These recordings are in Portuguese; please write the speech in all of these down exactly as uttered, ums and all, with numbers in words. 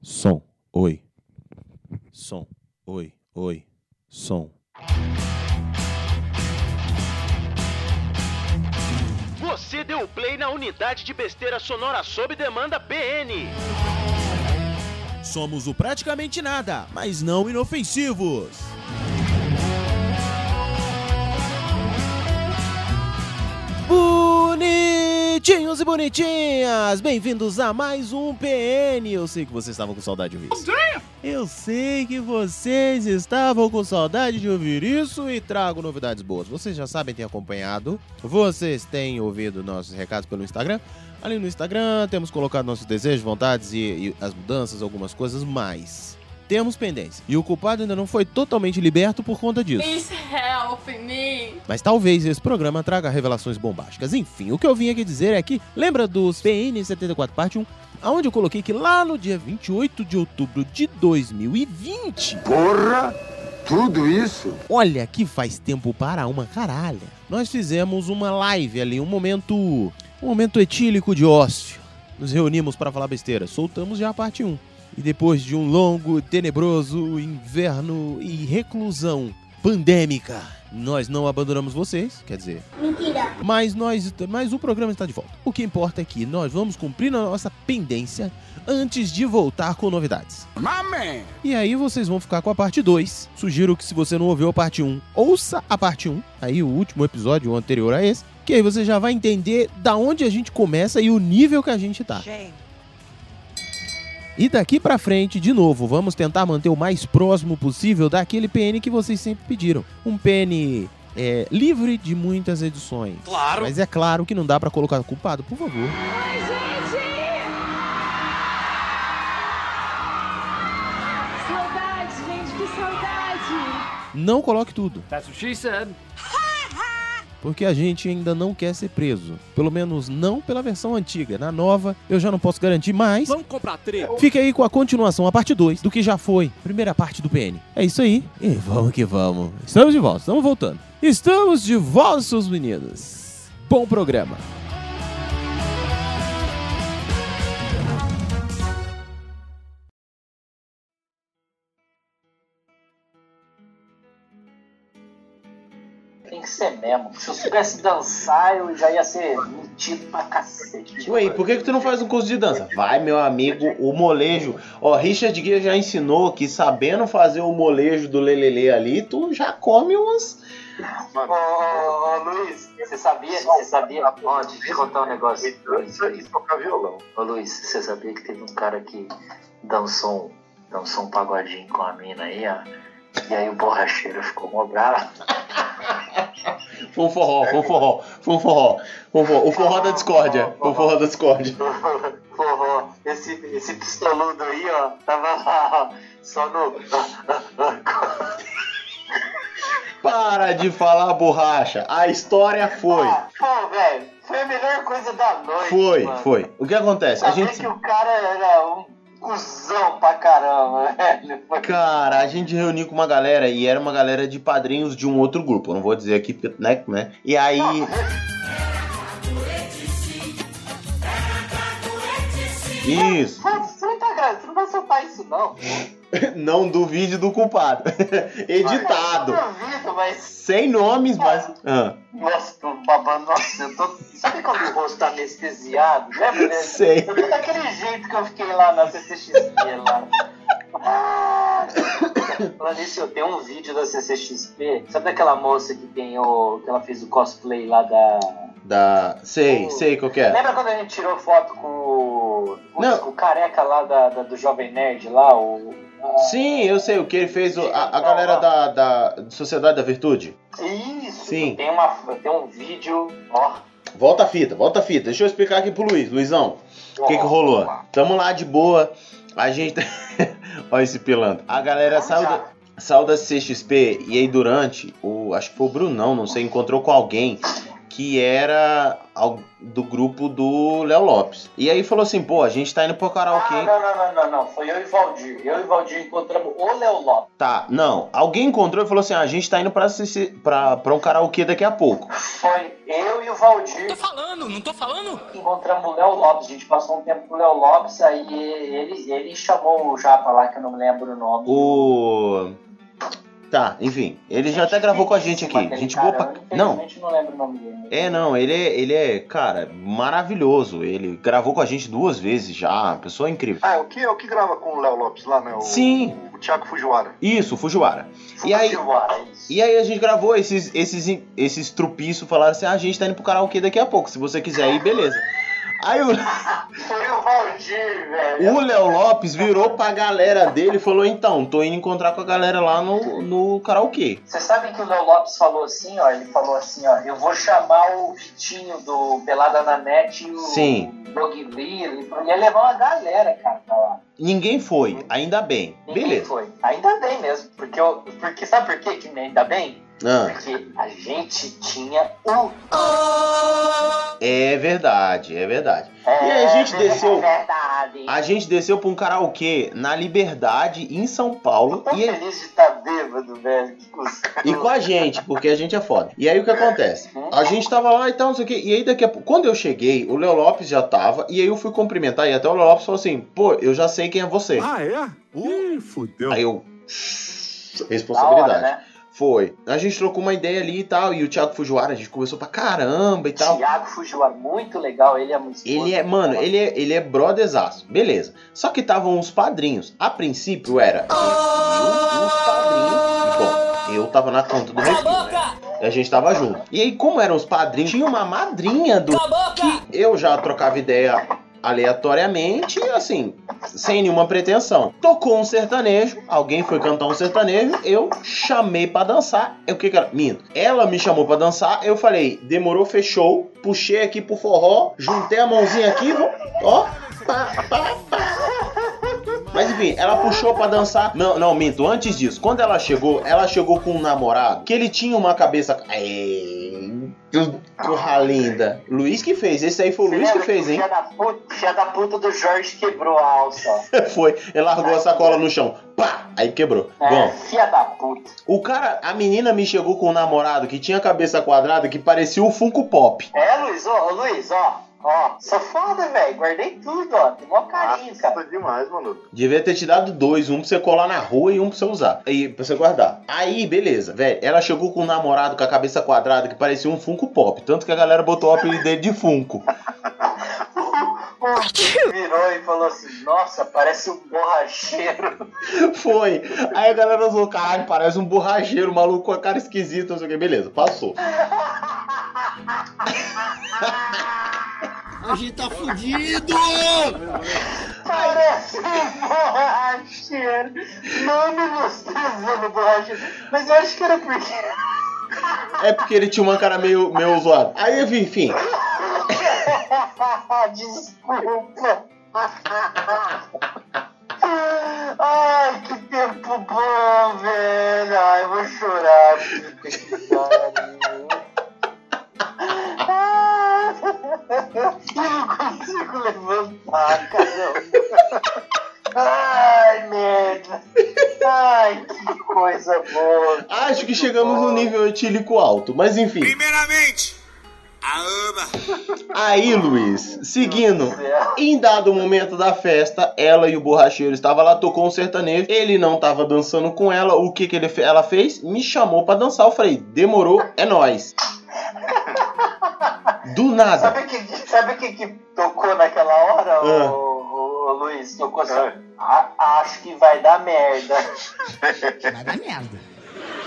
Som, oi. Som, oi, oi. Som. Você deu play na unidade de besteira sonora sob demanda P N. Somos o praticamente nada, mas não inofensivos. Bonitinhos e bonitinhas, bem-vindos a mais um P N. Eu sei que vocês estavam com saudade de ouvir isso. Eu sei que vocês estavam com saudade de ouvir isso e trago novidades boas. Vocês já sabem, têm acompanhado, vocês têm ouvido nossos recados pelo Instagram. Ali no Instagram temos colocado nossos desejos, vontades e, e as mudanças, algumas coisas mais. Temos pendência. E o culpado ainda não foi totalmente liberto por conta disso. Please help me. Mas talvez esse programa traga revelações bombásticas. Enfim, o que eu vim aqui dizer é que, lembra dos P N setenta e quatro parte um? Onde eu coloquei que lá no dia vinte e oito de outubro de dois mil e vinte... Porra! Tudo isso? Olha que faz tempo para uma caralha. Nós fizemos uma live ali, um momento... Um momento etílico de ócio. Nos reunimos para falar besteira. Soltamos já a parte um. E depois de um longo, tenebroso inverno e reclusão pandêmica, nós não abandonamos vocês, quer dizer... Mentira. Mas, nós, mas o programa está de volta. O que importa é que nós vamos cumprir a nossa pendência antes de voltar com novidades. Mame! E aí vocês vão ficar com a parte dois. Sugiro que se você não ouviu a parte um, ouça a parte um. Aí o último episódio, o anterior a esse. Que aí você já vai entender da onde a gente começa e o nível que a gente tá. Shame. E daqui pra frente, de novo, vamos tentar manter o mais próximo possível daquele P N que vocês sempre pediram. Um P N é, livre de muitas edições. Claro. Mas é claro que não dá pra colocar culpado, por favor. Ai, gente! Saudade, gente, que saudade! Não coloque tudo. That's what she said. Porque a gente ainda não quer ser preso. Pelo menos não pela versão antiga. Na nova, eu já não posso garantir mais. Vamos comprar treta. Fica aí com a continuação, a parte dois, do que já foi. Primeira parte do P N. É isso aí. E vamos que vamos. Estamos de volta, estamos voltando. Estamos de volta, seus meninos. Bom programa. Tem que ser mesmo. Se eu soubesse dançar, eu já ia ser metido pra cacete. Ué, por que que tu não faz um curso de dança? Vai, meu amigo, o molejo. Ó, Richard Gere já ensinou que sabendo fazer o molejo do lelele ali, tu já come uns... Ô, ô, ô, Luiz, você sabia? Você sabia? Ó, deixa eu te contar um negócio. Luiz, Isso aí, tocar violão. ô, Luiz, você sabia que teve um cara que dançou, dançou um pagodinho com a mina aí, ó? E aí o borracheiro ficou mó bravo. Foi um forró, foi um forró, foi um forró, foi um forró. O forró da discórdia, o forró da discórdia. Porra, esse, esse pistoludo aí, ó, tava lá, ó, só no... Para de falar borracha, a história foi. Ah, pô, velho, foi a melhor coisa da noite, Foi, mano. foi. O que acontece? A Saber gente... que o cara era um cuzão pra caramba, velho. Foi... Cara, a gente reuniu com uma galera e era uma galera de padrinhos de um outro grupo. Eu não vou dizer aqui, porque, né, né? E aí... Isso. Você não tá gravando, você não vai soltar isso não. Não duvide do culpado. Editado. Eu duvido, mas... Sem nomes, mas... Ah. Nossa, tô babando, nossa, eu tô... Sabe quando o rosto tá anestesiado? Lembra, né? Sei. Eu tô daquele jeito que eu fiquei lá na C C X P lá. Ah! Falando nisso, eu tenho um vídeo da C C X P. Sabe daquela moça que tem o... que ela fez o cosplay lá da... Da... Sei, sei qual que é. Lembra quando a gente tirou foto com o... Não. com o careca lá da, da- do Jovem Nerd lá, o... Sim, eu sei o que ele fez, o- a, a galera da, da Sociedade da Virtude. Isso! Sim. Tem, uma, tem um vídeo, ó... Volta a fita, volta a fita. Deixa eu explicar aqui pro Luiz. Luizão, o que que rolou? Tamo lá de boa, a gente... Olha esse pilantra. A galera saiu da, saiu da C X P e aí durante, o, acho que foi o Brunão, não sei, encontrou com alguém que era do grupo do Léo Lopes. E aí falou assim, pô, a gente tá indo pro karaokê. Ah, não, não, não, não, não. Foi eu e Valdir. Eu e Valdir encontramos o Léo Lopes. Tá, não. Alguém encontrou e falou assim, ah, a gente tá indo pra, assistir, pra, pra um karaokê daqui a pouco. Foi eu e o Valdir. Tô falando, não tô falando? Encontramos o Léo Lopes. A gente passou um tempo com o Léo Lopes, aí ele, ele chamou o Japa lá, que eu não me lembro o nome. O... Tá, enfim, ele já até gravou com a gente aqui. A gente boa pra... Não. não lembro o nome dele. É, não, ele é, ele é, cara, maravilhoso. Ele gravou com a gente duas vezes já, uma pessoa incrível. Ah, é o que, é o que grava com o Léo Lopes lá, né? O, Sim. O, o Thiago Fujiwara. Isso, Fujiwara. E aí, e aí a gente gravou esses, esses, esses trupiços, falaram assim, ah, a gente tá indo pro karaokê daqui a pouco, se você quiser ir, beleza. Aí o... Foi o Valdir, velho. O Léo Lopes virou pra galera dele e falou, então, tô indo encontrar com a galera lá no, no karaokê. Vocês sabem que o Léo Lopes falou assim, ó, ele falou assim, ó, eu vou chamar o Vitinho do Pelada na Net e o Sim. Dogli, ele ia levar uma galera, cara, pra lá. Ninguém foi, ainda bem. Ninguém Beleza. foi, ainda bem mesmo, porque, eu, porque sabe por quê que ainda bem? Ah. Porque a gente tinha o... É verdade, é verdade. É, e aí a gente desceu. É verdade. A gente desceu pra um karaokê na Liberdade, em São Paulo. Tô E, feliz de estar bêbado, velho. Que gostoso. e com a gente, porque a gente é foda. E aí o que acontece? A gente tava lá e tal, não sei o quê. E aí daqui a pouco, quando eu cheguei, o Léo Lopes já tava. E aí eu fui cumprimentar. E até o Léo Lopes falou assim: pô, eu já sei quem é você. Ah, é? Ih, fudeu. Aí eu. Responsabilidade. Da hora, né? Foi. A gente trocou uma ideia ali e tal. E o Thiago Fujiwara, a gente conversou pra caramba e tal. Thiago Fujiwara, muito legal. Ele é muito Ele é, mano, ele é, ele é brotherzaço. Beleza. Só que estavam os padrinhos. A princípio era eu, os padrinhos. Bom, eu tava na conta do refil, né? E a gente tava junto. E aí, como eram os padrinhos, tinha uma madrinha do que eu já trocava ideia aleatoriamente, assim, sem nenhuma pretensão. Tocou um sertanejo, alguém foi cantar um sertanejo, eu chamei pra dançar. O que que era? Minto. Ela me chamou pra dançar, eu falei, demorou, fechou, puxei aqui pro forró, juntei a mãozinha aqui, vou, ó, pá, pá, pá. Mas enfim, ela puxou pra dançar. Não, não, minto, antes disso, quando ela chegou, ela chegou com um namorado, que ele tinha uma cabeça... Porra linda. Luiz que fez, esse aí foi o Luiz que fez, hein? Filha da puta, filha da puta do Jorge quebrou a alça. Foi, ele largou a sacola no chão. Pá! Aí quebrou. É, bom, filha da puta. O cara, a menina me chegou com um namorado que tinha a cabeça quadrada que parecia um Funko Pop. É, Luiz, ó, ô, Luiz, ó. Ó, sou foda, velho. Guardei tudo, ó. Tem mó carinho, cara. Nossa, demais, mano. Devia ter te dado dois, um pra você colar na rua e um pra você usar. Aí, pra você guardar. Aí, beleza, velho. Ela chegou com um namorado com a cabeça quadrada que parecia um Funko Pop. Tanto que a galera botou o apelido dele de Funko. Virou e falou assim, nossa, parece um borracheiro. Foi. Aí a galera usou, caralho, parece um borracheiro, maluco com a cara esquisita, não sei o que. Beleza, passou. A gente tá fudido! Parece um borracheiro. Não me gostei do borracheiro. Mas eu acho que era porque... É porque ele tinha uma cara meio, meio zoada. Aí, enfim. Desculpa. Ai, que tempo bom, velho. Ai, eu vou chorar. Puta que pariu. Eu não consigo levantar, caramba. Ai, merda. Ai, que coisa boa. Acho que chegamos no nível etílico alto, mas enfim. Primeiramente, a ama. Aí, Luiz, seguindo, em dado momento da festa, ela e o borracheiro estavam lá, tocou um sertanejo, ele não tava dançando com ela, o que que ele, ela fez? Me chamou pra dançar, eu falei, demorou, é nóis. Do nada. Sabe o que, sabe que, que tocou naquela hora, Ah. o, o, o Luiz? Tocou assim, "A- acho que vai dar merda. Vai dar merda.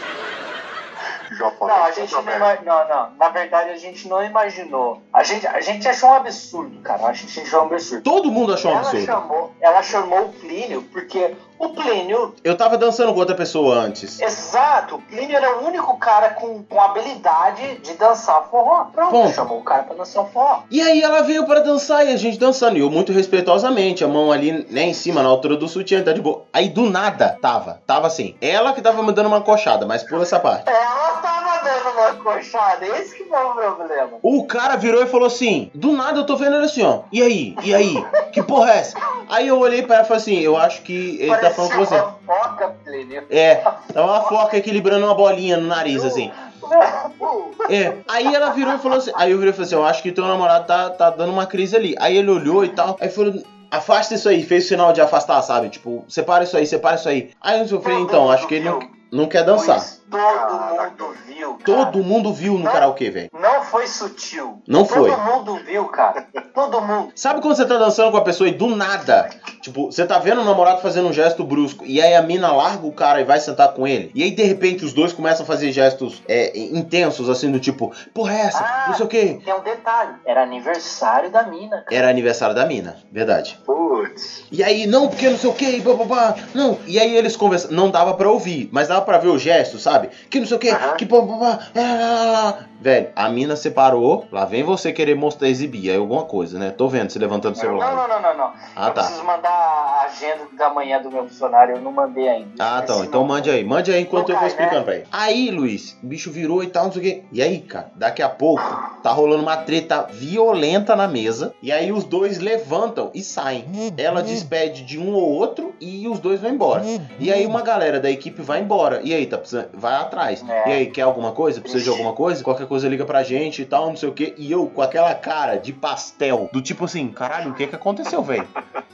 Já falei. Não, a gente não, ima- não, não. Na verdade, a gente não imaginou. A gente, a gente achou um absurdo, cara. A gente achou um absurdo. Todo mundo achou um ela absurdo. chamou, ela chamou o Plínio, porque o Plínio, Eu tava dançando com outra pessoa antes. exato, o Plínio era o único cara com, com habilidade de dançar forró. Pronto, Ponto. chamou o cara pra dançar um forró. E aí ela veio pra dançar e a gente dançando. E eu muito respeitosamente, a mão ali, né, em cima, na altura do sutiã, tá de boa. Aí do nada, tava, tava assim. Ela que tava me dando uma coxada, mas pula essa parte. Ela tava dando uma coxada, esse que foi o problema. O cara virou e falou assim, do nada eu tô vendo ele assim, ó. E aí? E aí? Que porra é essa? Aí eu olhei pra ela e falei assim, eu acho que ele Parecia tá falando com você. uma foca, Plínio. É, tava uma foca equilibrando uma bolinha no nariz, assim. É, aí ela virou e falou assim, aí eu virei e falei assim, eu acho que teu namorado tá, tá dando uma crise ali. Aí ele olhou e tal, aí falou, afasta isso aí, fez o sinal de afastar, sabe? Tipo, separa isso aí, separa isso aí. Aí eu falei, então, acho que ele não, não quer dançar. Todo mundo viu, cara. Todo mundo viu no não, karaokê, velho. Não foi sutil. Não foi. Todo mundo viu, cara. Todo mundo. Sabe quando você tá dançando com a pessoa e do nada, tipo, você tá vendo o namorado fazendo um gesto brusco e aí a mina larga o cara e vai sentar com ele. E aí, de repente, os dois começam a fazer gestos é, intensos, assim, do tipo, porra é essa? Ah, não sei o quê. Tem um detalhe. Era aniversário da mina. Era aniversário da mina, verdade. Putz. E aí, não, porque não sei o que, bababá, não. E aí eles conversam, não dava pra ouvir, mas dava pra ver o gesto, sabe? Que não sei o que, Uhum. que bababá, ah, velho, a mina separou, lá vem você querer mostrar, exibir aí alguma coisa, né? Tô vendo você levantando o celular. Não, não, não, não, não. Ah, eu tá. preciso mandar a agenda da manhã do meu funcionário, eu não mandei ainda. Ah, tá, Senão- então mande aí, mande aí enquanto Não eu vou cai, explicando né? pra ele. Aí, Luiz, o bicho virou e tal, não sei o que. E aí, cara, daqui a pouco tá rolando uma treta violenta na mesa. E aí os dois levantam e saem. Ela despede de um ou outro e os dois vão embora. E aí uma galera da equipe vai embora. E aí, tá precisando, vai atrás. É. E aí, quer alguma coisa? Precisa de alguma coisa? Qualquer coisa liga pra gente e tal, não sei o que. E eu com aquela cara de pastel, do tipo assim, caralho, o que que aconteceu, velho?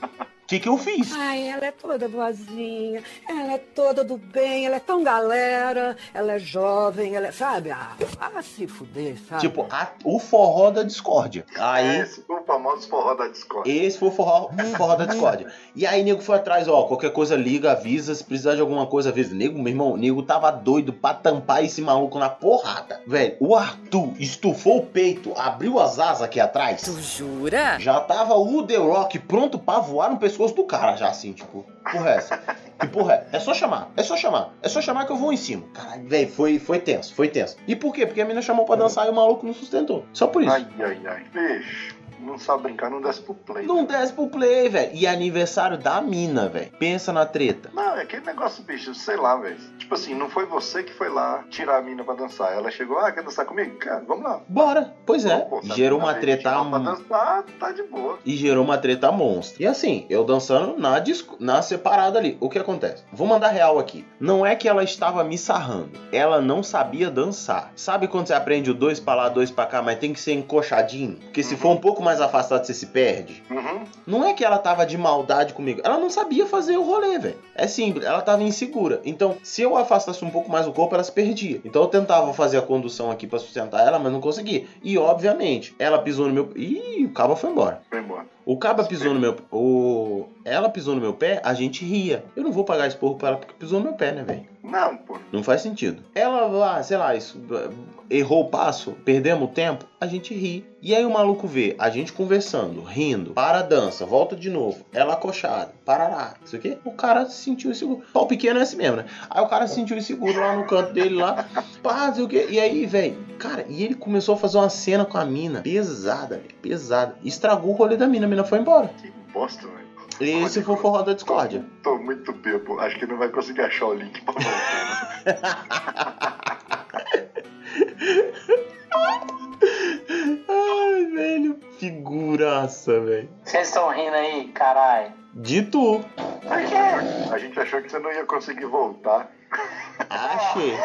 O que que eu fiz? Ai, ela é toda boazinha, ela é toda do bem, ela é tão galera, ela é jovem, ela é, sabe? Ah, ah se fuder, sabe? Tipo, a- o forró da discórdia. Aí... Esse foi o famoso forró da Discord. Esse foi o forró, o forró da discórdia. E aí, nego foi atrás, ó, qualquer coisa liga, avisa, se precisar de alguma coisa, avisa. Nego, meu irmão, nego tava doido pra tampar esse maluco na porrada. Velho, o Arthur estufou o peito, abriu as asas aqui atrás. Tu jura? Já tava o The Rock pronto pra voar no pescoço do cara, já assim, tipo, porra é essa? Que porra é? É só chamar, é só chamar, é só chamar que eu vou em cima. Caralho, velho, foi, foi tenso, foi tenso. E por quê? Porque a mina chamou pra dançar e o maluco não sustentou. Só por isso. Ai, ai, ai. Bicho, não sabe brincar, não desce pro play. Não desce pro play, velho. E é aniversário da mina, velho. Pensa na treta. Não, é aquele negócio, bicho, sei lá, velho. Tipo assim, não foi você que foi lá tirar a mina pra dançar. Ela chegou, ah, quer dançar comigo? Cara, vamos lá. Bora. Pois é. Pô, sabe, Gerou na uma vez treta... de chamar pra dançar, tá de boa. E gerou uma treta monstra. E assim, eu dançando na, disco, na separada ali. O que acontece? Vou mandar real aqui. Não é que ela estava me sarrando. Ela não sabia dançar. Sabe quando você aprende o dois pra lá, dois pra cá, mas tem que ser encoxadinho? Porque se for um pouco mais afastado, você se perde. Uhum. Não é que ela tava de maldade comigo. Ela não sabia fazer o rolê, velho. É simples. Ela tava insegura. Então, se eu afastasse um pouco mais o corpo, ela se perdia. Então, eu tentava fazer a condução aqui pra sustentar ela, mas não conseguia. E, obviamente, ela pisou no meu... Ih, o cabo foi embora. Foi embora. O cabo pisou no meu... O... Ela pisou no meu pé, a gente ria. Eu não vou pagar esporro pra ela porque pisou no meu pé, né, velho? Não, pô. Não faz sentido. Ela lá, sei lá, isso, errou o passo, perdemos o tempo, a gente ri. E aí o maluco vê a gente conversando, rindo, para a dança, volta de novo, ela acochada, parará, isso aqui. O cara se sentiu inseguro. Pau pequeno é assim mesmo, né? Aí o cara se sentiu inseguro lá no canto dele lá, pá, não sei o quê. E aí, velho, cara, e ele começou a fazer uma cena com a mina, pesada, véio, pesada. Estragou o rolê da mina, a mina foi embora. Que bosta, velho. Esse foi o forró da discórdia. Tô muito bebo. Acho que não vai conseguir achar o link pra voltar. Ai, velho. Figuraça, velho. Vocês estão rindo aí, caralho? De tu. Por quê? A gente achou que você não ia conseguir voltar. Achei.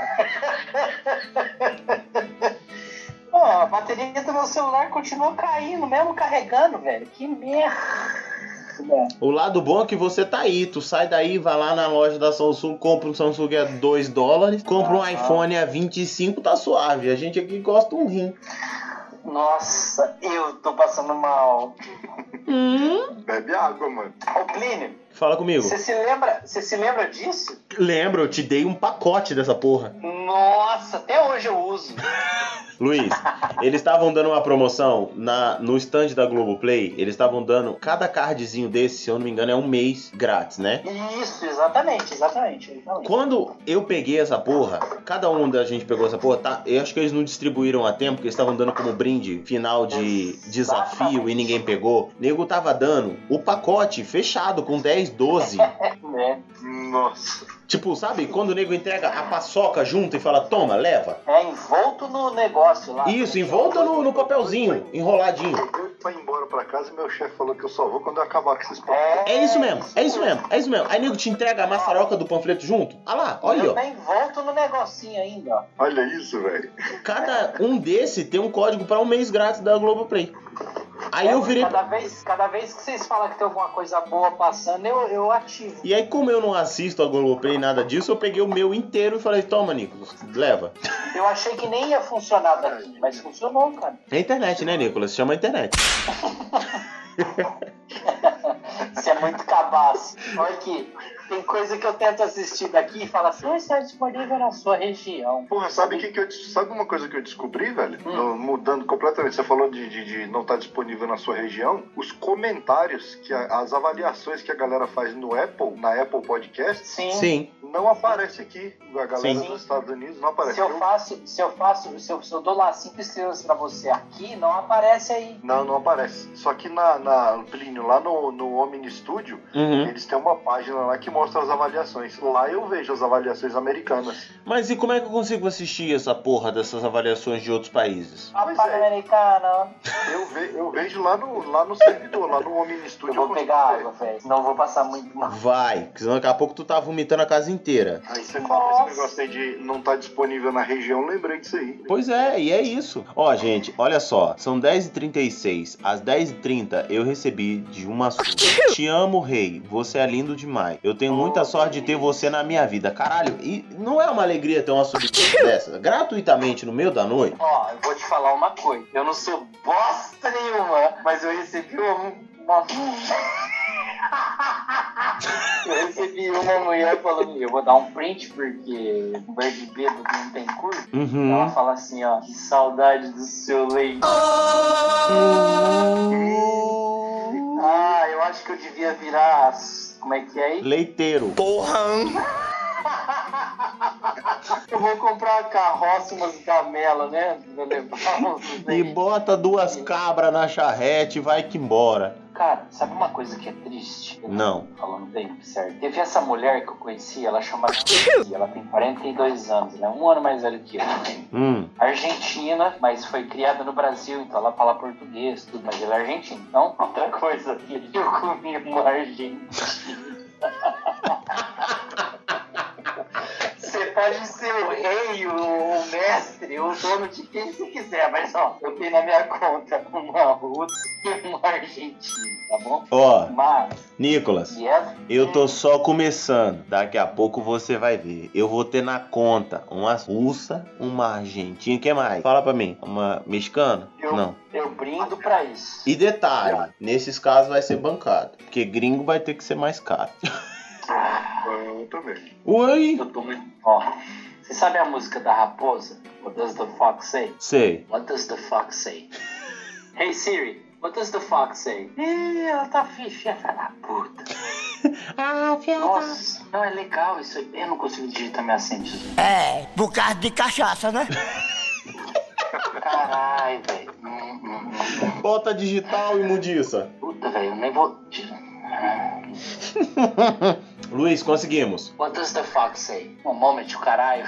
Pô, a bateria do meu celular continua caindo, mesmo carregando, velho. Que merda. O lado bom é que você tá aí. Tu sai daí, vai lá na loja da Samsung, compra um Samsung a dois dólares, compra um iPhone a vinte e cinco, tá suave. A gente aqui gosta um rim. Nossa, eu tô passando mal. Hum? Bebe água, mano. Ô, Plínio, Fala comigo. você se lembra, você se lembra disso? Lembro, eu te dei um pacote dessa porra. Nossa, até hoje eu uso. Luiz, eles estavam dando uma promoção na, no stand da Globoplay. Eles estavam dando, cada cardzinho desse, se eu não me engano, é um mês grátis, né? Isso, exatamente, exatamente. exatamente. Quando eu peguei essa porra, cada um da gente pegou essa porra, tá? Eu acho que eles não distribuíram a tempo, porque eles estavam dando como brinde final de Exatamente. desafio e ninguém pegou. O nego tava dando o pacote fechado com dez, doze. É. Nossa. Tipo, sabe? Quando o nego entrega a paçoca junto e fala, toma, leva. É envolto no negócio lá. Isso, envolta no, no papelzinho, enroladinho. Eu fui embora pra casa e meu chefe falou que eu só vou quando eu acabar com esses papéis. É, É isso mesmo, é isso mesmo, é isso mesmo. Aí nego te entrega a maçaroca do panfleto junto. Ah lá, olha aí, ó. Tá envolto no negocinho ainda, ó. Olha isso, velho. Cada um desse tem um código pra um mês grátis da Globoplay. Aí eu virei... Cada vez, cada vez que vocês falam que tem alguma coisa boa passando, eu, eu ativo. E aí, como eu não assisto a Globoplay nada disso, eu peguei o meu inteiro e falei, toma, Nicolas, leva. Eu achei que nem ia funcionar daqui, mas funcionou, cara. É internet, né, Nicolas? Se chama internet. Você é muito cabaço. Olha aqui, tem coisa que eu tento assistir daqui e falo assim, ah, está disponível na sua região. Porra, sabe que que eu sabe uma coisa que eu descobri, velho? Hum. No- mudando completamente, você falou de, de, de não estar disponível na sua região. Os comentários, que a- as avaliações que a galera faz no Apple, na Apple Podcast, Sim. Sim. não aparece aqui. A galera Sim. dos Estados Unidos não aparece. Se eu Eu- faço, se eu faço, se eu, se eu dou lá cinco estrelas pra você aqui, não aparece aí. Não, não aparece. Só que na, na Plínio, lá no, no Omni Studio, Uhum. eles têm uma página lá que mostra as avaliações. Lá eu vejo as avaliações americanas. Mas e como é que eu consigo assistir essa porra dessas avaliações de outros países? Pois Paga é. americana. Eu, ve, eu vejo lá no, lá no servidor, lá no Omni Eu Studio. vou consigo pegar ver. água, velho. Senão eu vou passar muito mal. Vai, porque senão daqui a pouco tu tá vomitando a casa inteira. Aí você fala esse negócio aí de não estar disponível na região, lembrei disso aí. Pois é, e é isso. Ó, gente, olha só. São dez e trinta e seis. Às dez e trinta eu recebi de uma sua. Te amo, rei. Você é lindo demais. Eu tenho muita sorte de ter você na minha vida. Caralho, e não é uma alegria ter uma subscrição dessa? Gratuitamente, no meio da noite? Ó, eu vou te falar uma coisa. Eu não sou bosta nenhuma, mas eu recebi uma... uma... Eu recebi uma mulher falando, eu vou dar um print porque o verde bêbado não tem cor. Uhum. Ela fala assim, ó, que saudade do seu leite. Ah, eu acho que eu devia virar, as- como é que é aí? Leiteiro. Porra! Eu vou comprar uma carroça, umas gamelas, né? Vou levar uns E leite. bota duas cabras na charrete e vai que embora. Cara, sabe uma coisa que é triste? Não. Falando bem certo. Teve essa mulher que eu conheci, ela chama ela tem quarenta e dois anos, né? Um ano mais velho que eu. Hum. Argentina, mas foi criada no Brasil, então ela fala português, tudo, mas ela é argentina. Então, outra coisa, eu comi uma argentina. Você pode ser o rei, o, o mestre, o dono de quem você quiser, mas ó, eu tenho na minha conta uma russa e uma argentina, tá bom? Ó, Mas, Nicolas, yes, eu tô só começando. Daqui a pouco você vai ver. Eu vou ter na conta uma russa, uma argentina. O que mais? Fala pra mim. Uma mexicana? eu, Não. eu brindo pra isso. E detalhe, nesses casos vai ser bancado. Porque gringo vai ter que ser mais caro. Eu também. Oi? Eu tô muito. Ó, você sabe a música da raposa? What does the fox say? Sei. What does the fox say? Hey Siri, what does the fox say? Ih, ela tá ficha, filha da puta. Ah, Nossa, não é legal isso aí. Eu não consigo digitar minha senha. É, por causa de cachaça, né? Caralho, velho. Hum, hum, hum. Bota digital e mudiça. Puta, velho, eu nem vou. Luiz, conseguimos. What does the fox say? Um moment, o caralho.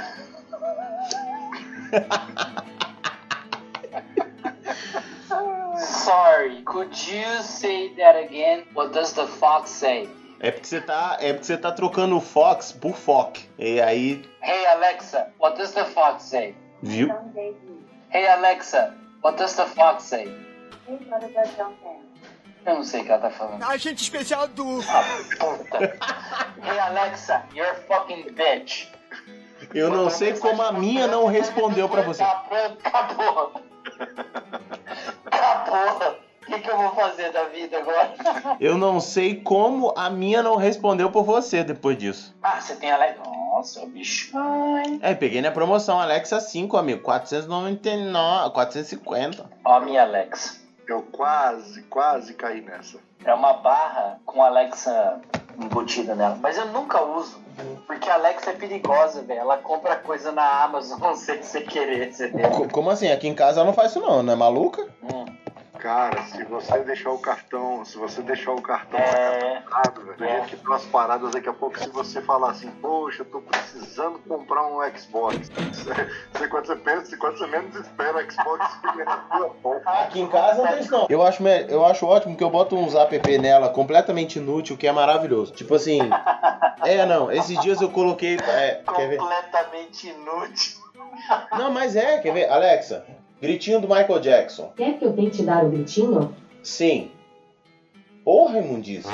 Sorry, could you say that again? What does the fox say? É porque você tá, é porque você tá trocando o Fox por Fox. E aí, Hey Alexa, what does the fox say? viu? Hey Alexa, what does the fox say? Eu não sei o que ela tá falando. Agente especial do... Puta. Hey Alexa, you're a fucking bitch. Eu não sei como a minha não respondeu pra você. Acabou, acabou. Acabou. O que, que eu vou fazer da vida agora? Eu não sei como a minha não respondeu por você depois disso. Ah, você tem Alexa. Nossa, bichão. É, peguei na promoção Alexa cinco, amigo. quatrocentos e noventa e nove, quatrocentos e cinquenta. Ó a minha Alexa. Eu quase, quase caí nessa. É uma barra com Alexa embutida nela. Mas eu nunca uso. Porque a Alexa é perigosa, velho. Ela compra coisa na Amazon sem você querer, entendeu? Co- Como assim? Aqui em casa ela não faz isso não, não é maluca? Hum. Cara, se você deixar o cartão, se você deixar o cartão É. sacanado, velho, do É. jeito que estão as paradas, daqui a pouco, se você falar assim, poxa, eu tô precisando comprar um Xbox. Você, quando você pensa, quando você menos espera, o Xbox fica na sua porta. Aqui em casa não tem isso não. Eu acho, me- eu acho ótimo que eu boto uns app nela completamente inútil, que é maravilhoso. Tipo assim, é não, esses dias eu coloquei, é, quer ver? Completamente inútil. Não, mas é, quer ver? Alexa, gritinho do Michael Jackson. Quer que eu tente dar o gritinho? Sim. Porra, imundiça.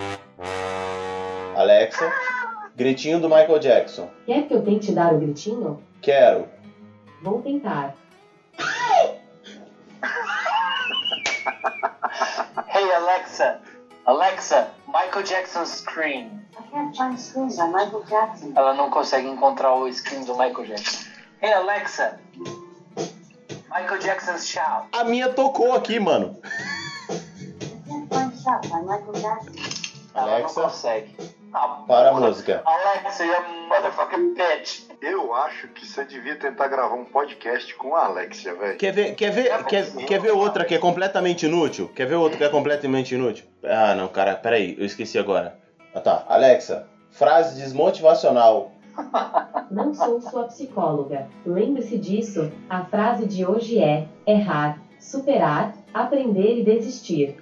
Alexa, gritinho do Michael Jackson. Quer que eu tente dar o gritinho? Quero. Vou tentar. Hey Alexa. Alexa, Michael Jackson screen. I can't find screens on Michael Jackson. Ela não consegue encontrar o screen do Michael Jackson. Hey Alexa. Michael Jackson's shout. A minha tocou aqui, mano. I can't find shot by Michael Jackson. Ela Alexa, não consegue. Ah, para a porra. música. Alexa, you motherfucking bitch. Eu acho que você devia tentar gravar um podcast com a Alexia, velho. Quer ver, quer ver, quer, quer ver outra que é completamente inútil? Quer ver outra que é completamente inútil? Ah, não, cara, peraí, eu esqueci agora. Ah, tá. Alexa, frase desmotivacional. Não sou sua psicóloga. Lembre-se disso. A frase de hoje é errar, superar, aprender e desistir.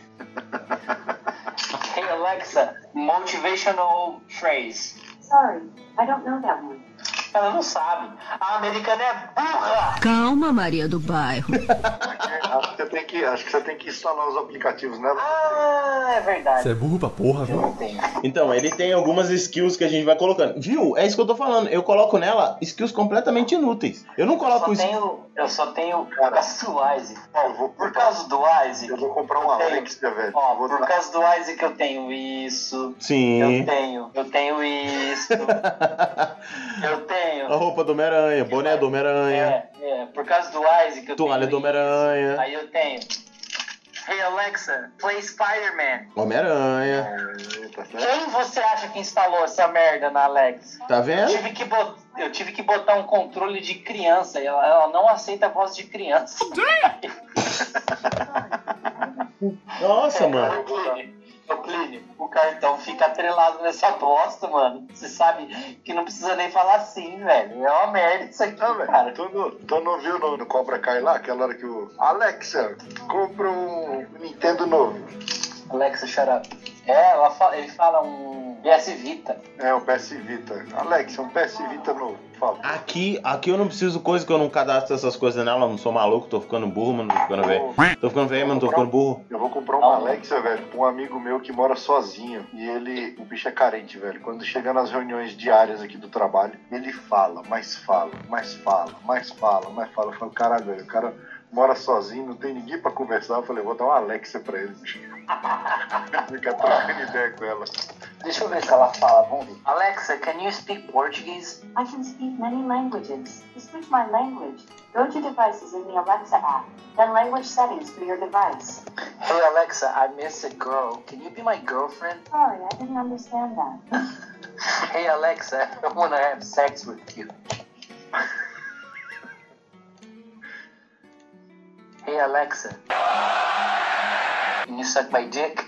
Hey Alexa, motivational phrase. Sorry, I don't know that one. Ela não sabe. A americana é burra. Calma, Maria do Bairro. Acho que você tem que, acho que você tem que instalar os aplicativos nela. Ah, é verdade. Você é burro pra porra, Eu velho. não tenho. Então, ele tem algumas skills que a gente vai colocando. Viu? É isso que eu tô falando. Eu coloco nela skills completamente inúteis. Eu não Eu coloco só isso. tenho, eu só tenho por causa do Isaac. Ó, Eu vou- por causa do Isaac. Eu vou comprar uma eu tenho- Alexia, velho. Ó, Vou por dar- causa do Isaac eu tenho isso. Sim. Eu tenho. Eu tenho isso. Eu tenho. A roupa do Homem-Aranha, boné do Homem-Aranha, É, é. Por causa do Isaac eu toalha tenho do Homem-Aranha, isso. Aí eu tenho. Hey Alexa, play Spider-Man. Homem-Aranha. Tá certo? Quem você acha que instalou essa merda na Alexa? Tá Eu vendo? tive que, bot... eu tive que botar um controle de criança e ela, ela não aceita a voz de criança. Nossa, É, mano. Ô, Plínio, ô, Plínio, o cartão fica atrelado nessa bosta, mano. Você sabe que não precisa nem falar assim, velho. É uma merda isso aqui, Não, velho. cara. Tu não, tu não viu no, no Cobra Kai lá, aquela hora que o Alexa compra um Nintendo novo. Alexa, shut up. É, ela fala, ele fala um P S Vita. É, um P S Vita. Alexa, um P S Vita novo, por favor. Aqui, aqui eu não preciso coisa que eu não cadastro essas coisas nela, eu não sou maluco, tô ficando burro, mas não tô ficando velho. Tô ficando velho, mas não tô ficando burro. Eu vou comprar uma Alexa, velho, pra um amigo meu que mora sozinho. E ele, o bicho é carente, velho. Quando chega nas reuniões diárias aqui do trabalho, ele fala, mais fala, mais fala, mais fala, mais fala. Eu falo, caralho, velho, o cara mora sozinho, não tem ninguém pra conversar. Eu falei, vou dar uma Alexa pra ele. Fica trocando ideia com ela. Deixa eu ver se ela fala, vamos ver. Alexa, can you speak Portuguese? I can speak many languages. To switch my language, go to Devices in the Alexa app, then Language Settings for your device. Hey Alexa, I miss a girl. Can you be my girlfriend? Sorry, I didn't understand that. Hey Alexa, I wanna have sex with you. Hey Alexa, can you suck my dick?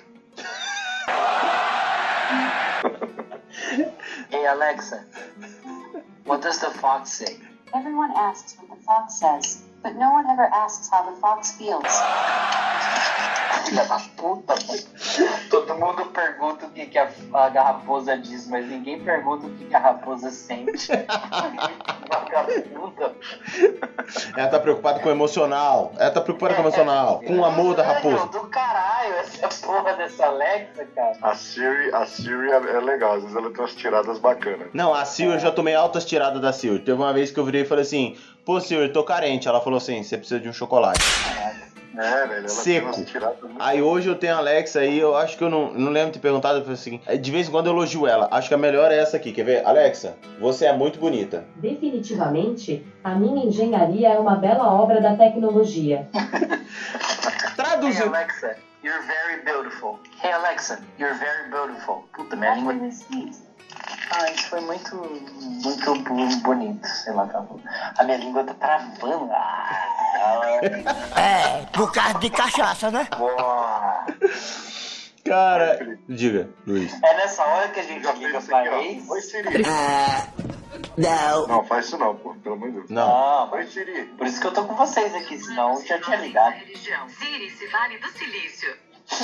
Hey Alexa, what does the fox say? Everyone asks what the fox says, but no one ever asks how the fox feels. Filha da puta, mano. Todo mundo pergunta o que, que a, a raposa diz, mas ninguém pergunta o que, que a raposa sente. Vagabunda. Ela tá preocupada com o emocional. Ela tá preocupada com o emocional. Com o amor da raposa. Do caralho, essa porra dessa Alexa, cara. A Siri, a Siri é é legal, às vezes ela tem umas tiradas bacanas. Não, a Sil, eu já tomei altas tiradas da Sil. Teve uma vez que eu virei e falei assim, pô, Sil, eu tô carente. Ela falou assim, você precisa de um chocolate. É, velho. Ela Seco. tem umas tiradas muito- Aí hoje eu tenho a Alexa aí, eu acho que eu não, não lembro de ter perguntado, eu falei assim, de vez em quando eu elogio ela. Acho que a melhor é essa aqui, quer ver? Alexa, você é muito bonita. Definitivamente, a minha engenharia é uma bela obra da tecnologia. Hey Traduzindo. Alexa, you're very beautiful. Hey Alexa, you're very beautiful. Puta, minha língua... Ah, isso foi muito, muito bu- bonito, sei lá, tá. A minha língua tá travando. Ah, É, por causa de cachaça, né? boa. Cara, diga, Luiz. É nessa hora que a gente Já liga fez isso pra aqui, ó. ex. Oi, Siri. Não. Não, faz isso não, pô. Pelo amor de Deus. Não. Não, Oi, mas Siri. por isso que eu tô com vocês aqui, senão eu já tinha ligado. Religião. Siri se vale do silício.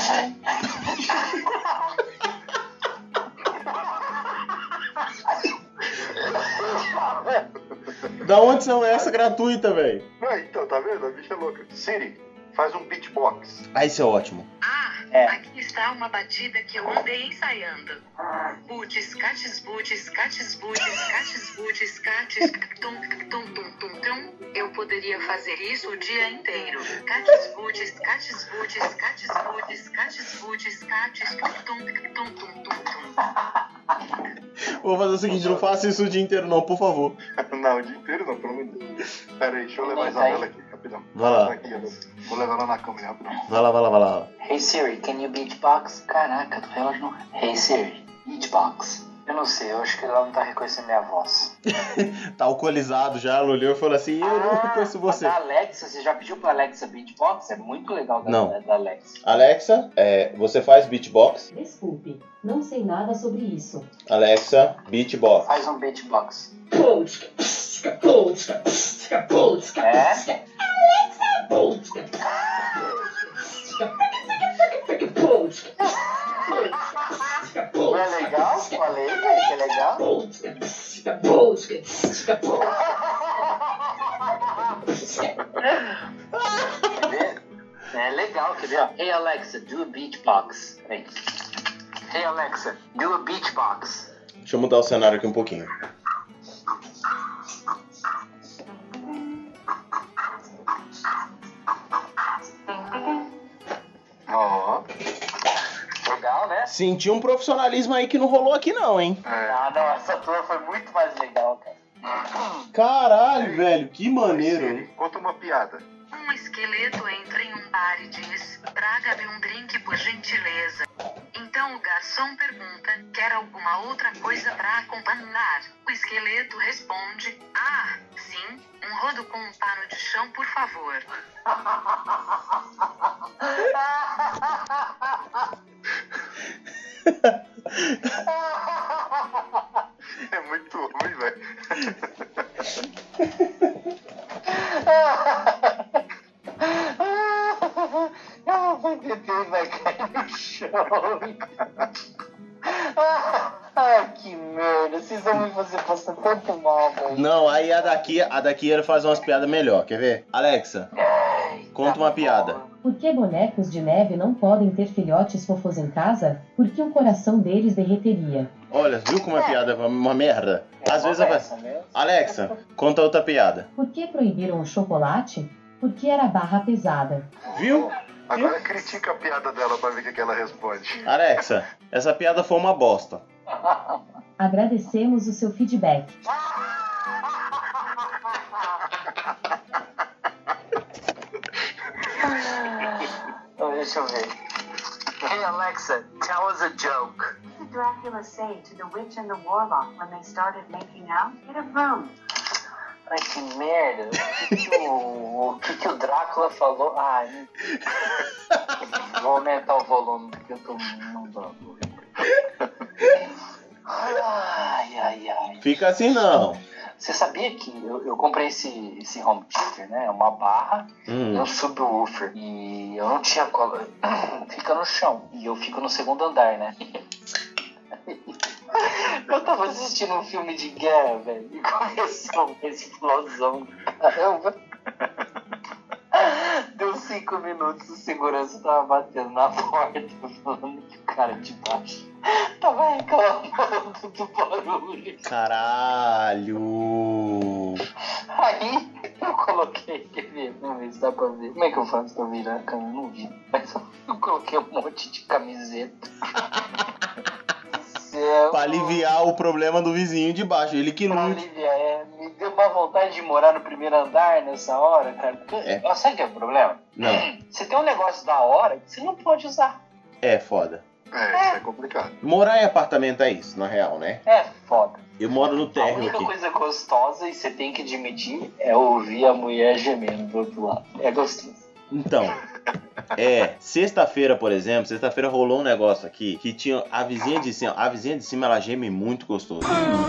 Da onde são essa gratuita, velho? Não, então, tá vendo? A bicha é louca. Siri, faz um beatbox. Ah, isso é ótimo. Ah, É. aqui está uma batida que eu andei ensaiando. Boots, cates, boots, cates, boots, cates, boots, cates, tum, tum, tum, tum, tum. Eu poderia fazer isso o dia inteiro. Cates, boots, cates, boots, cates, boots, cates, boots, cates, tum, tum, tum, tum, tum. Vou fazer o seguinte, não faça isso o dia inteiro não, por favor. Não, o dia inteiro não, pelo amor de Deus. Pera aí, deixa eu levar a Tá aí. Isabela aqui, rapidão. Vai lá. Tá aqui, ela- Vou levar ela na cama, rapidão. Vai lá, vai lá, vai lá. Hey Siri, can you beatbox? Caraca, do relógio não. Hey Siri, beatbox. Eu não sei, eu acho que ela não tá reconhecendo minha voz. Tá alcoolizado já, ela olhou e falou assim, eu não reconheço você. A da Alexa, você já pediu pra Alexa beatbox? É muito legal da, Não. da Alexa. Alexa, é, você faz beatbox? Desculpe, não sei nada sobre isso. Alexa, beatbox. Faz um beatbox. É? Não é legal? Falei, velho, que é legal. Quer ver? É legal, quer ver? Ó. Hey Alexa, do a beatbox. Peraí. Hey Alexa, do a beatbox. Deixa eu mudar o cenário aqui um pouquinho. Ó. Legal, né? Senti um profissionalismo aí que não rolou aqui não, hein? É. Ah, não, essa tua foi muito mais legal, cara. Caralho, velho, que Oi, maneiro. Siri, conta uma piada. Um esqueleto entra em um bar e diz: traga-me um drink, por gentileza. Então o garçom pergunta: quer alguma outra coisa para acompanhar? O esqueleto responde: ah, sim, um rodo com um pano de chão, por favor. É muito ruim, velho. Eu vou beber e vai cair no chão. Ai, que merda. Vocês vão me fazer passar tanto mal, velho. Não, aí a daqui, a daqui ele faz umas piadas melhor, quer ver? Alexa, conta uma piada. Por que bonecos de neve não podem ter filhotes fofos em casa? Porque o coração deles derreteria. Olha, viu como a piada é uma merda? Às vezes ela essa vai... mesmo. Alexa, conta outra piada. Por que proibiram o chocolate? Porque era barra pesada. Viu? Agora critica a piada dela pra ver o que que ela responde. Alexa, essa piada foi uma bosta. Agradecemos o seu feedback. Oh, deixa eu ver. Hey Alexa, tell us a joke. What did Dracula say to the witch and the warlock when they started making out? Get a room. Ai, que merda. O que, que, o, o que, que o Drácula falou? Ai, vou aumentar o volume porque eu tô não dando. Ai, ai, ai. Fica assim não. Você sabia que eu, eu comprei esse, esse home theater, né? É uma barra Hum. e um subwoofer. E eu não tinha cola. Fica no chão. E eu fico no segundo andar, né? Eu tava assistindo um filme de guerra, velho. E começou uma explosão. Caramba. Deu cinco minutos, o segurança tava batendo na porta, falando que o cara de baixo tava reclamando do barulho. Caralho. Aí Eu coloquei, quer ver? Vamos ver se dá pra ver. Como é que eu faço pra virar a câmera? Não vi. Mas eu coloquei um monte de camiseta. Céu. Pra aliviar o problema do vizinho de baixo. Ele que Pra lute. aliviar, é. Me deu uma vontade de morar no primeiro andar nessa hora, cara. Porque, É. ó, sabe o que é o problema? Não. Você tem um negócio da hora que você não pode usar. É foda. É, isso é complicado. Morar em apartamento é isso, na real, né? É foda. Eu moro no A térreo única aqui. coisa gostosa, e você tem que admitir, é ouvir a mulher gemendo do outro lado. É gostoso. Então, é, sexta-feira, por exemplo, sexta-feira rolou um negócio aqui que tinha a vizinha de cima, a vizinha de cima ela geme muito gostoso.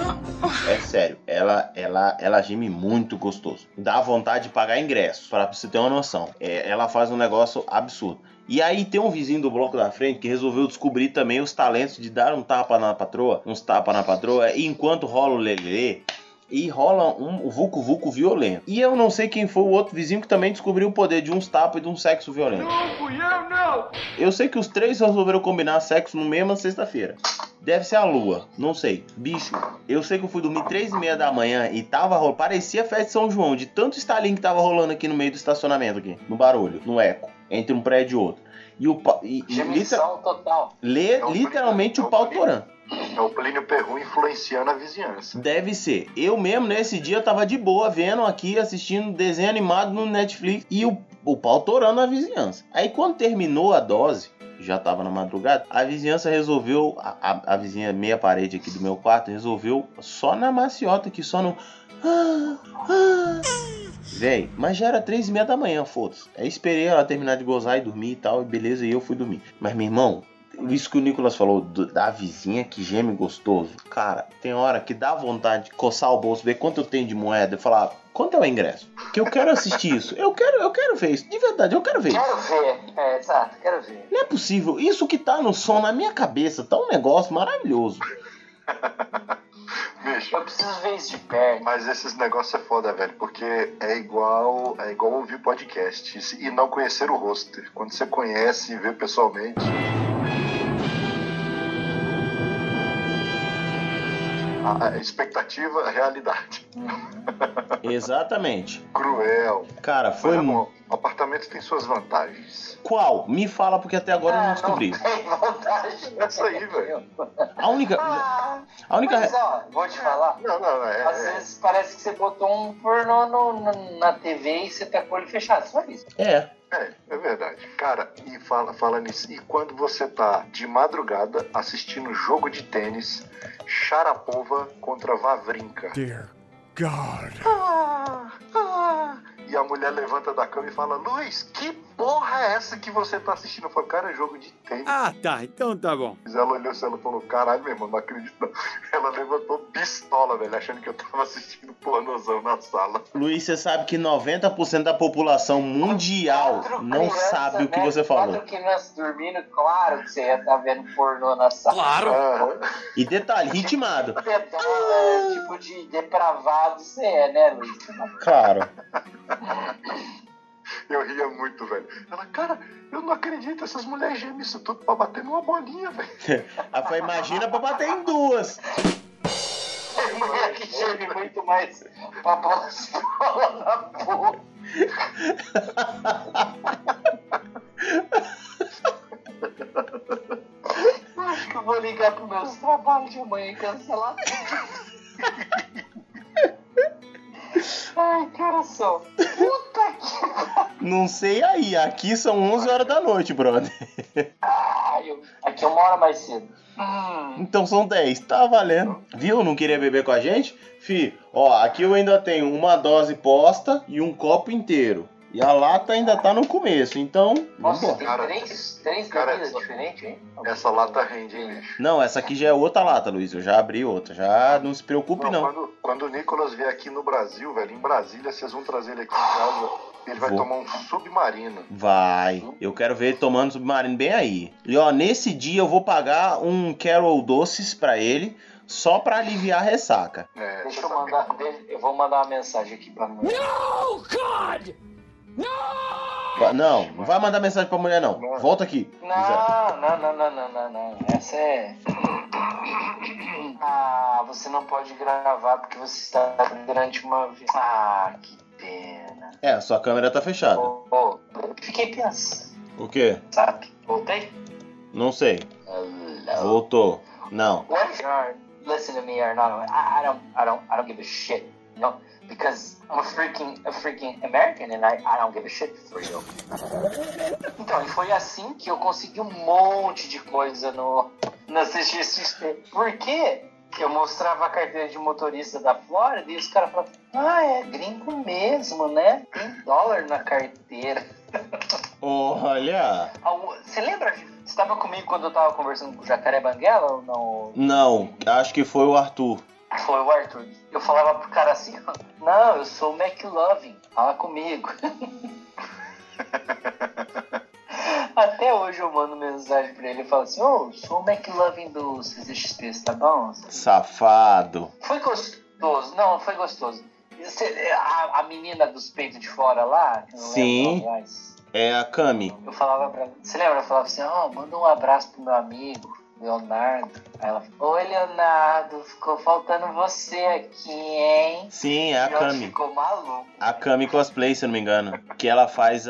É sério, ela ela ela geme muito gostoso. Dá vontade de pagar ingresso, pra você ter uma noção. É, ela faz um negócio absurdo. E aí tem um vizinho do bloco da frente que resolveu descobrir também os talentos de dar um tapa na patroa, uns tapas na patroa, e enquanto rola o lelê, e rola um vucu-vucu violento. E eu não sei quem foi o outro vizinho que também descobriu o poder de uns tapas e de um sexo violento. Não fui eu, não! Eu sei que os três resolveram combinar sexo no mesma sexta-feira. Deve ser a lua, não sei. Bicho, eu sei que eu fui dormir três e meia da manhã e tava rolando. Parecia festa de São João, de tanto estalinho que tava rolando aqui no meio do estacionamento aqui. No barulho, no eco, entre um prédio e outro. E o pa- e, e Gemissão liter- total. lê, É o literalmente Plínio- o pau é o Plínio. torando. É o Plínio Perru influenciando a vizinhança. Deve ser. Eu mesmo, nesse dia, eu tava de boa vendo aqui, assistindo desenho animado no Netflix e o, o pau torando a vizinhança. Aí quando terminou a dose, já tava na madrugada, a vizinhança resolveu, a, a, a vizinha meia parede aqui do meu quarto, resolveu só na maciota aqui, só no... Ah, ah. Véi, mas já era três e meia da manhã, foda-se. Aí esperei ela terminar de gozar e dormir e tal, e beleza, e eu fui dormir. Mas, meu irmão, isso que o Nicolas falou do- da vizinha que geme gostoso. Cara, tem hora que dá vontade de coçar o bolso, ver quanto eu tenho de moeda e falar, quanto é o ingresso? Que eu quero assistir isso. Eu quero, eu quero ver isso. De verdade, eu quero ver isso. Quero ver. É, exato, quero ver. Não é possível. Isso que tá no som na minha cabeça tá um negócio maravilhoso. Bicho, Eu preciso ver isso de perto. mas esses negócios é foda, velho, porque é igual, é igual ouvir podcast e não conhecer o roster. Quando você conhece e vê pessoalmente. A a expectativa, a realidade. Exatamente. Cruel. Cara, foi Mas, mu- amor, o apartamento tem suas vantagens. Qual? Me fala, porque até agora eu não descobri. Tem vontade. Essa aí, velho. A única. Ah, A única. mas ó, vou te falar. Não, não, é. Às é- vezes parece que você botou um pornô no- no- na T V e você tá com o olho fechado. Só isso. É. É, é verdade. Cara, e fala, fala nisso. E quando você tá de madrugada assistindo jogo de tênis, Sharapova contra Wawrinka. Dear God. Ah, ah. E a mulher levanta da cama e fala, Luiz, que porra é essa que você tá assistindo? Eu falo, cara, é jogo de tênis. Ah, tá. Então tá bom. Ela olhou assim, ela falou, caralho, meu irmão, não acredito não. Ela levantou pistola, velho, achando que eu tava assistindo pornozão na sala. Luiz, você sabe que noventa por cento da população mundial Quatro não crianças, sabe o que né? você falou. Quatro crianças dormindo, claro que você ia estar vendo pornô na sala. Claro. Aham. E detalhe, ritmado. Pedala, tipo de depravado você é, né, Luiz? Claro. Eu ria muito, velho. Ela, cara, eu não acredito, essas mulheres gemem isso tudo pra bater numa bolinha, velho. Ela falou, imagina pra bater em duas. Tem mulher que geme muito mais pra bola na boca. Acho que eu vou ligar pros meus trabalhos de amanhã e cancelar tudo. Ai, coração. Puta que... Não sei aí, aqui são onze horas da noite, brother. Ai, eu... Aqui é uma hora mais cedo. Hum. Então são dez, tá valendo. Viu? Não queria beber com a gente? Fi, ó, aqui eu ainda tenho uma dose posta e um copo inteiro. E a lata ainda tá no começo, então Nossa, vambora. tem Cara, três, três cara, bebidas diferentes, hein? Essa lata rende, hein, bicho? Não, essa aqui já é outra lata, Luiz. Eu já abri outra. Já não se preocupe, não. Quando, quando o Nicolas vier aqui no Brasil, velho, em Brasília, vocês vão trazer ele aqui em casa, ele vai Vou. tomar um submarino. Vai. Eu quero ver ele tomando submarino bem aí. E ó, nesse dia eu vou pagar um Carol Doces pra ele, só pra aliviar a ressaca. É, Deixa você eu sabe mandar, de- eu vou mandar uma mensagem aqui pra mulher. No, God! Va- Não, não vai mandar mensagem pra mulher, não. Volta aqui. Zé. Não, não, não, não, não, não, não. Essa é. Ah, você não pode gravar porque você está durante uma. Ah, que pena. É, a sua câmera tá fechada. Oh, oh, fiquei pensando. O quê? Sabe? Voltei? Não sei. Hello. Voltou. Não. What if you're listen to me or not? I, I don't, I don't, I don't give a shit. You know, because I'm a freaking, a freaking American and I, I don't give a shit for you. Então, e foi assim que eu consegui um monte de coisa no, na C X X P. Por quê? Eu mostrava a carteira de motorista da Flórida e os caras falavam, ah, é gringo mesmo, né? Tem dólar na carteira. Olha! Você lembra? Você estava comigo quando eu tava conversando com o Jacaré Banguela ou não? Não, acho que foi o Arthur. Foi o Arthur. Eu falava pro cara assim, não, eu sou o McLovin, fala comigo. Até hoje eu mando mensagem pra ele e falo assim, ô, oh, sou o McLovin do C C X P, tá bom? Safado. Foi gostoso, não, foi gostoso. Você, a, a menina dos peitos de fora lá, que não sim, lembro mais, é a Cami. Eu falava pra ela, você lembra? Eu falava assim, ó, oh, manda um abraço pro meu amigo, Leonardo. Aí ela falou, oi Leonardo, ficou faltando você aqui, hein? Sim, é a Cami. Ficou maluco. A Cami Cosplay, se eu não me engano. Que ela faz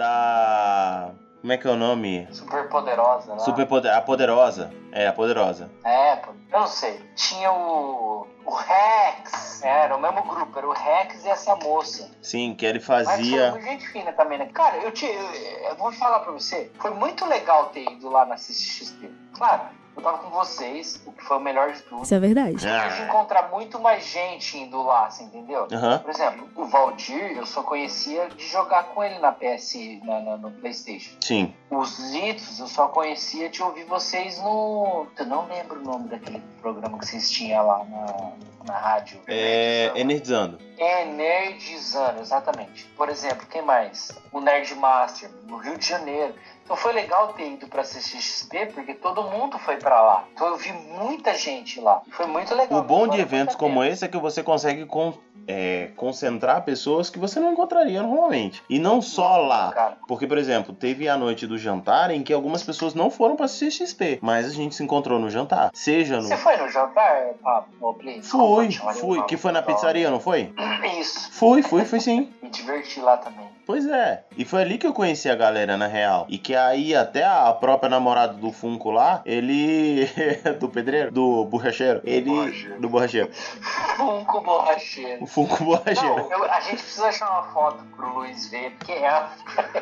a... Como é que é o nome? Super poderosa, né? Super poder... A poderosa. É, a poderosa. É, eu não sei. Tinha o... O Rex. Era o mesmo grupo, era o Rex e essa moça. Sim, que ele fazia... Mas foi gente fina também, né? Cara, eu, te, eu, eu vou falar pra você. Foi muito legal ter ido lá na C C X P. Claro, eu tava com vocês, o que foi o melhor de tudo. Isso é verdade. Eu pude encontrar muito mais gente indo lá, você entendeu? Uhum. Por exemplo, o Valdir, eu só conhecia de jogar com ele na P S, na, na, no PlayStation. Sim. Os Zitos, eu só conhecia de ouvir vocês no... Eu não lembro o nome daquele programa que vocês tinham lá na, na rádio. É... Energizando. Energizando, exatamente. Por exemplo, quem mais? O Nerd Master, no Rio de Janeiro. Então foi legal ter ido pra C C X P, porque todo mundo foi pra lá. Então eu vi muita gente lá. Foi muito legal. O bom de eventos como esse é que você consegue con é, concentrar pessoas que você não encontraria normalmente. E não só lá. Cara. Porque, por exemplo, teve a noite do jantar em que algumas pessoas não foram pra C C X P, mas a gente se encontrou no jantar. Seja no... Você foi no jantar, Pablo? Fui, fui. Que foi na pizzaria, não foi? Isso. Fui, fui, fui sim. Me diverti lá também. Pois é. E foi ali que eu conheci a galera, na real. E que aí até a própria namorada do Funko lá, ele... do pedreiro? Do borracheiro. Ele... Borracheiro. Do borracheiro. Funko borracheiro. O Funko borracheiro. Não, eu, a gente precisa achar uma foto pro Luiz ver, porque é a...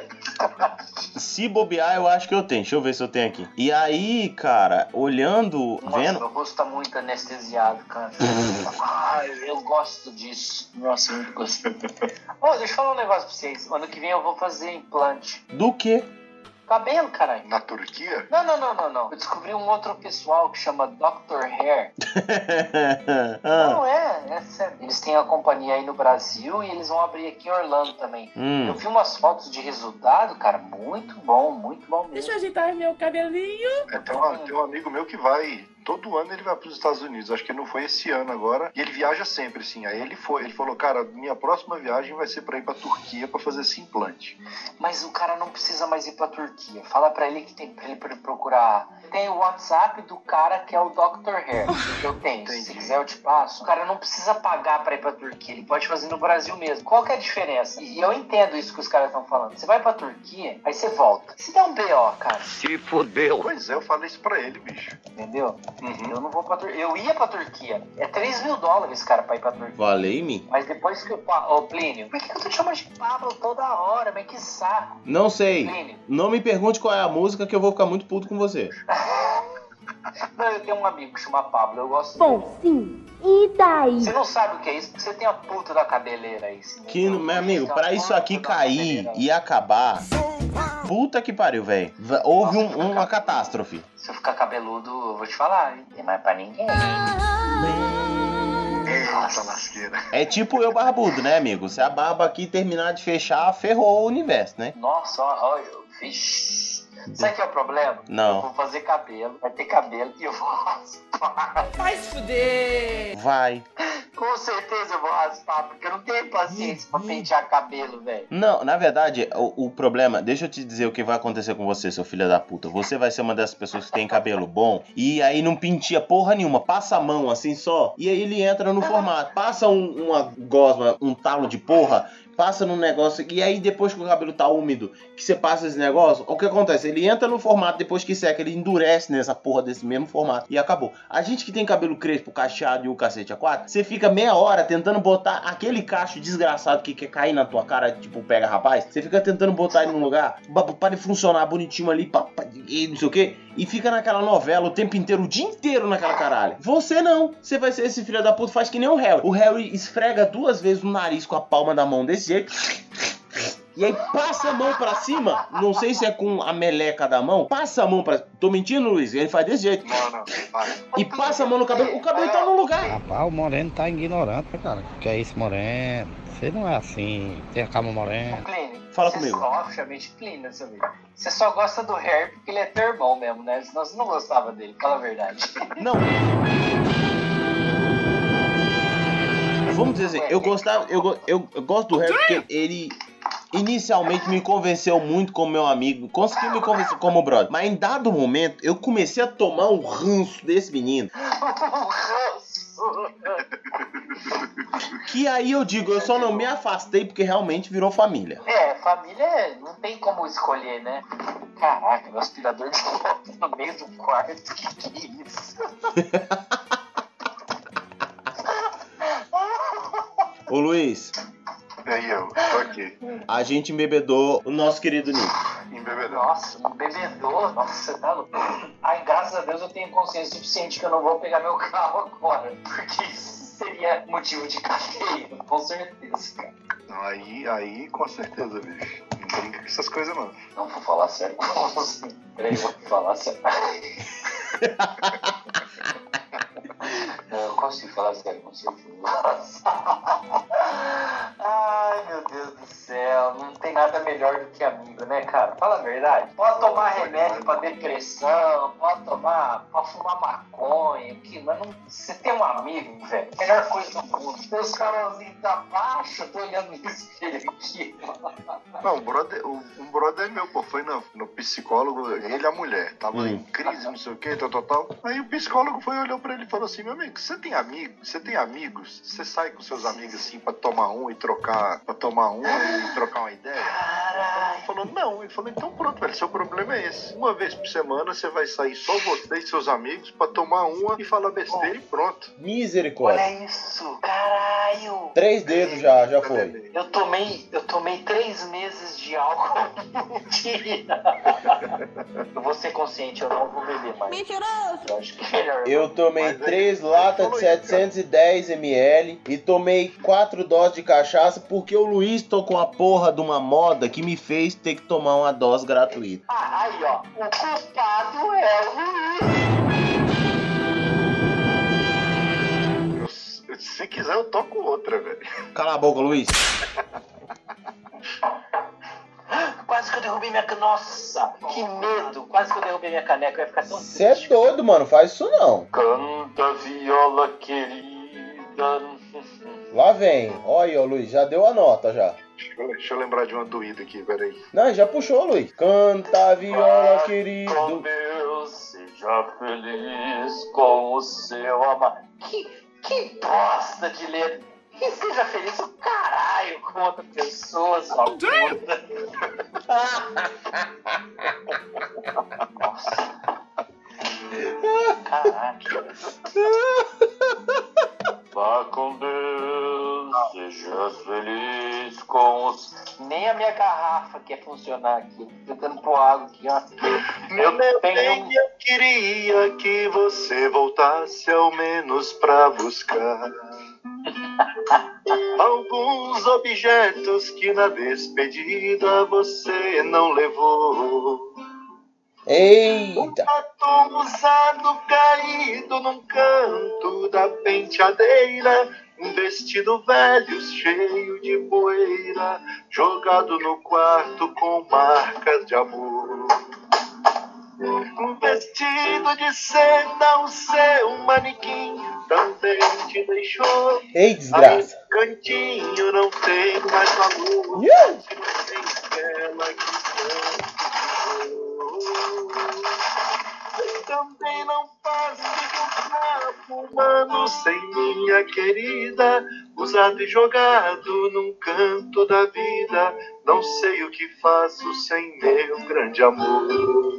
Se bobear, eu acho que eu tenho. Deixa eu ver se eu tenho aqui. E aí, cara, olhando, Nossa, vendo... meu rosto tá muito anestesiado, cara. Ai, eu gosto disso. Nossa, muito gostoso. Ô, deixa eu falar um negócio pra vocês. Ano que vem eu vou fazer implante. Do quê? Cabelo, caralho. Na Turquia? Não, não, não, não, não. Eu descobri um outro pessoal que chama doutor Hair. ah. Não, é, é sério. Eles têm a companhia aí no Brasil e eles vão abrir aqui em Orlando também. Hum. Eu vi umas fotos de resultado, cara, muito bom, muito bom mesmo. Deixa eu ajeitar meu cabelinho. É, tem, uma, tem um amigo meu que vai... Todo ano ele vai para os Estados Unidos. Acho que não foi esse ano agora. E ele viaja sempre, assim. Aí ele foi, ele falou, cara, minha próxima viagem vai ser para ir para Turquia para fazer esse implante. Mas o cara não precisa mais ir para Turquia. Fala para ele que tem para ele procurar. Tem o WhatsApp do cara que é o doutor Hair. Que eu tenho. Entendi. Se quiser eu te passo. O cara não precisa pagar para ir para Turquia. Ele pode fazer no Brasil mesmo. Qual que é a diferença? E eu entendo isso que os caras estão falando. Você vai para Turquia, aí você volta. Se der um B O, cara. Se fodeu. Pois é, eu falei isso para ele, bicho. Entendeu? Uhum. Eu não vou pra Turquia. Eu ia pra Turquia. É três mil dólares, cara, pra ir pra Turquia. Valei-me? Mas depois que eu... Ô, Plínio, por que eu tô te chamando de Pablo toda hora? Mas que saco. Não sei. Plínio. Não me pergunte qual é a música que eu vou ficar muito puto com você. Não, eu tenho um amigo que chama Pablo. Eu gosto Bom, dele. sim. E daí? Você não sabe o que é isso, porque você tem a puta da cabeleira aí. Que, meu amigo, pra isso aqui cair e acabar... Puta que pariu, velho. Houve um, uma catástrofe. Se eu ficar cabeludo, eu vou te falar, hein? Tem mais pra ninguém. Nossa, lasqueira. É tipo eu barbudo, né, amigo? Se a barba aqui terminar de fechar, ferrou o universo, né? Nossa, olha, vixe. Sabe o que é o problema? Não. Eu vou fazer cabelo, vai ter cabelo e eu vou raspar. Vai se fuder! Vai. Com certeza eu vou raspar, porque eu não tenho paciência pra pentear cabelo, velho. Não, na verdade, o, o problema... Deixa eu te dizer o que vai acontecer com você, seu filho da puta. Você vai ser uma dessas pessoas que tem cabelo bom e aí não penteia porra nenhuma. Passa a mão assim só e aí ele entra no formato. Passa um, uma gosma, um talo de porra... passa num negócio, e aí depois que o cabelo tá úmido, que você passa esse negócio, o que acontece? Ele entra no formato, depois que seca, ele endurece nessa porra desse mesmo formato, e acabou. A gente que tem cabelo crespo, cacheado e o cacete a quatro, você fica meia hora tentando botar aquele cacho desgraçado que quer cair na tua cara, tipo, pega rapaz, você fica tentando botar ele num lugar, para ele funcionar bonitinho ali, pá, pá, e não sei o que, e fica naquela novela o tempo inteiro, o dia inteiro naquela caralho. Você não, você vai ser esse filho da puta, faz que nem o Harry. O Harry esfrega duas vezes no nariz com a palma da mão desse jeito, e aí passa a mão pra cima, não sei se é com a meleca da mão, passa a mão pra... Tô mentindo, Luiz? Ele faz desse jeito. Não, não, vai. E passa a mão no cabelo, o cabelo tá no lugar. Rapaz, o Moreno tá ignorante, cara. Que é isso, Moreno? Você não é assim, tem a calma Moreno. Plínio, fala você comigo. Só, chame-te Plínio, seu amigo. Você só gosta do Harry porque ele é teu irmão mesmo, né? Senão você não gostava dele, fala a verdade. Não. Vamos dizer assim, eu gostava, eu, eu, eu gosto do Harry porque ele inicialmente me convenceu muito como meu amigo, conseguiu me convencer como brother, mas em dado momento eu comecei a tomar um ranço desse menino. Que aí eu digo, eu só não me afastei porque realmente virou família. É, família não tem como escolher, né? Caraca, meu aspirador de volta no meio do quarto, que que é isso? Ô Luiz. E aí eu, tô aqui. A gente embebedou o nosso querido Nico. Embebedou. Nossa, embebedou? Nossa, você tá louco. Ai, graças a Deus eu tenho consciência suficiente que eu não vou pegar meu carro agora. Porque isso seria motivo de cafeína, com certeza, cara. Não, aí, aí, com certeza, bicho. Não brinca com essas coisas, não. Não vou falar sério com você. Peraí, vou falar sério. Não, eu consigo falar sério com você. Ai, meu Deus do céu. Não tem nada melhor do que amigo, né, cara? Fala a verdade. Pode tomar remédio pra depressão, pode tomar, pode fumar maconha, que, mas não, você tem um amigo, velho. Melhor coisa do mundo. Meus canalzinhos tá baixo, eu tô olhando no espelho aqui. Não, um brother, um brother meu, pô, foi no, no psicólogo, ele e a mulher, tava hum. em crise, não sei o que, tal, tal, tal. Aí o psicólogo foi, olhou pra ele e falou assim, meu amigo, você tem amigos? Você tem amigos? Você sai com seus amigos assim pra tomar um e trocar, pra tomar um e trocar uma ideia? Ele falou, não. Ele falou, então pronto, velho, seu problema é esse. Uma vez por semana você vai sair só você e seus amigos pra tomar uma e falar besteira e pronto. Misericórdia. Olha isso, caralho. Três dedos já, já foi. Eu tomei, eu tomei três meses de álcool. Mentira. Eu vou ser consciente, eu não vou beber mais. Mentiroso. Eu acho que é melhor. Eu tomei três latas de setecentos e dez mililitros e tomei quatro doses de cachaça porque o Luiz tocou a porra de uma moda que me fez ter que tomar uma dose gratuita. Ah, aí ó, o culpado é o Luiz. Eu, se quiser eu toco outra, velho. Cala a boca, Luiz. Quase que eu derrubei minha... Nossa, que medo. Quase que eu derrubei minha caneca. Eu ia ficar tão Você é doido, mano. Faz isso não. Canta, viola querida. Lá vem. Olha aí, ó, Luiz. Já deu a nota, já. Deixa eu, deixa eu lembrar de uma doída aqui, peraí. Não, já puxou, Luiz. Canta, viola Ah, querido. com Deus, seja feliz com o seu amar. Que, que bosta de letra. Que seja feliz o caralho com outra pessoa, sua puta. Nossa. Caraca. Vá com Deus, seja feliz com os... Nem a minha garrafa quer funcionar aqui. Tô tentando pôr água aqui, ó. Meu eu bem, eu queria que você voltasse ao menos pra buscar alguns objetos que na despedida você não levou. Eita! Um batom usado caído num canto da penteadeira, um vestido velho cheio de poeira, jogado no quarto com marcas de amor. Um vestido de seda, o seu manequim também te deixou. Ei, desgraça! Aí no cantinho não tem mais valor. Yeah. Se não tem aquela que também não faço um trapo humano sem minha querida, usado e jogado num canto da vida. Não sei o que faço sem meu grande amor.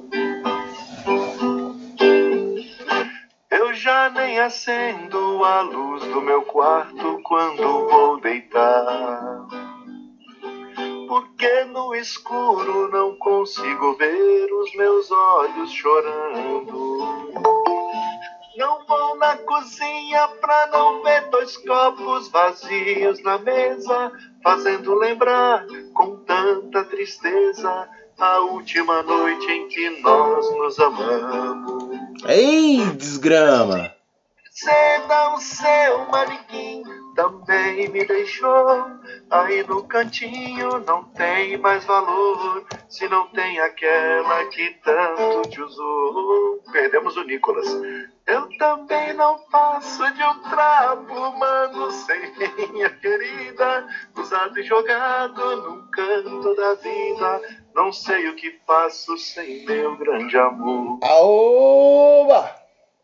Eu já nem acendo a luz do meu quarto quando vou deitar, porque no escuro não consigo ver os meus olhos chorando. Não vou na cozinha pra não ver dois copos vazios na mesa, fazendo lembrar com tanta tristeza a última noite em que nós nos amamos. Ei, desgrama! Ceda o seu manequim também me deixou. Aí no cantinho não tem mais valor, se não tem aquela que tanto te usou. Perdemos o Nicolas. Eu também não faço de um trapo humano sem minha querida, usado e jogado num canto da vida. Não sei o que faço sem meu grande amor. Aoba!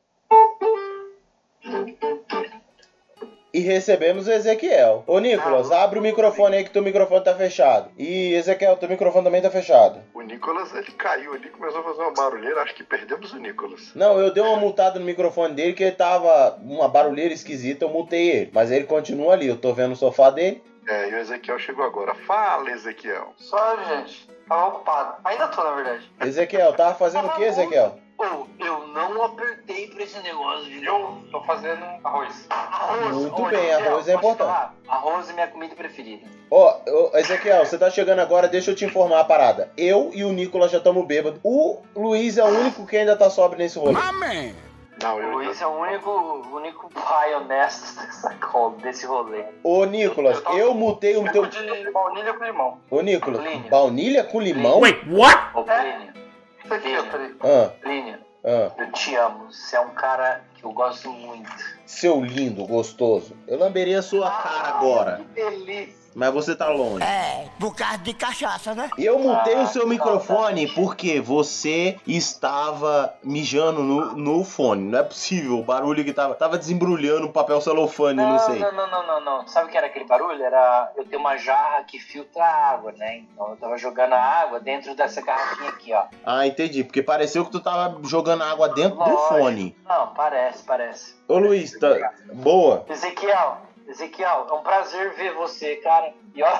E recebemos o Ezequiel. Ô Nicolas, abre o microfone aí que teu microfone tá fechado. E Ezequiel, teu microfone também tá fechado. O Nicolas, ele caiu ali, começou a fazer uma barulheira. Acho que perdemos o Nicolas. Não, eu dei uma multada no microfone dele que ele tava uma barulheira esquisita, eu multei ele. Mas ele continua ali, eu tô vendo o sofá dele. É, e o Ezequiel chegou agora. Fala, Ezequiel. Só, gente. Tava ocupado. Ainda tô, na verdade. Ezequiel, tava fazendo o que, Ezequiel? Pô, eu não apertei pra esse negócio de eu tô fazendo arroz. Arroz. Muito Ô, bem, Ezequiel, arroz é posso importante. falar? Arroz é minha comida preferida. Ó, oh, Ezequiel, você tá chegando agora, deixa eu te informar a parada. Eu e o Nicolas já estamos bêbados. O Luiz é o único que ainda tá sóbrio nesse rolê. Amém. Não, o Luiz é o único, o único pai honesto dessa, desse rolê. Ô, Nicolas, eu, eu mutei o teu... de baunilha com limão. Ô, Nicolas, Plínio. baunilha com limão? Wait, what? Ô, Plínio. Isso aqui, Plínio. Ah. Plínio, ah. eu te amo. Você é um cara que eu gosto muito. Seu lindo, gostoso. Eu lamberia a sua ah, cara agora. Que delícia. Mas você tá longe. É, por causa de cachaça, né? E eu mutei ah, o seu microfone porque você estava mijando no, no fone. Não é possível, o barulho que tava... Tava desembrulhando o papel celofane, não, não sei. Não, não, não, não, não. Sabe o que era aquele barulho? Era... Eu tenho uma jarra que filtra a água, né? Então eu tava jogando a água dentro dessa garrafinha aqui, ó. Ah, entendi. Porque pareceu que tu tava jogando água dentro Lógico. do fone. Não, parece, parece. Ô, Luiz, tá... Boa. Ezequiel... Ezequiel, é um prazer ver você, cara. E ó,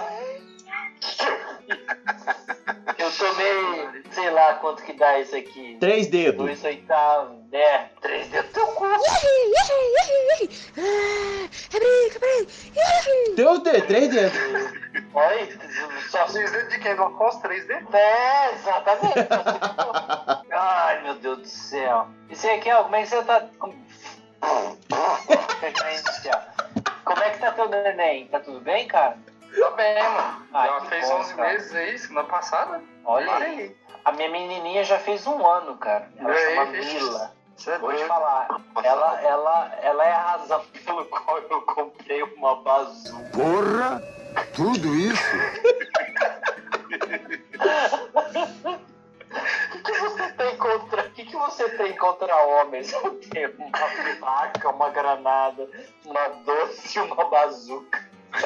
eu tomei, sei lá quanto que dá isso aqui. Três dedos. Dois oitavos, é, três dedos. Teu cu. Teus dedos, três dedos. Olha, só três dedos de quem? Não posso três dedos? É, exatamente. Ai, meu Deus do céu. Ezequiel, como é que você tá? Como é que tá teu neném? Tá tudo bem, cara? Tá bem, mano. Ai, ela fez bom, onze cara. meses aí, semana passada. Olha aí. aí. A minha menininha já fez um ano, cara. Ela e chama aí, Mila. Você Vou te falar. Ela, ela, ela é a razão pelo qual eu comprei uma bazuca. Porra! Tudo isso? O que, que você tem contra... O que, que você tem contra homens? Eu tenho uma faca, uma granada, uma doce e uma bazuca.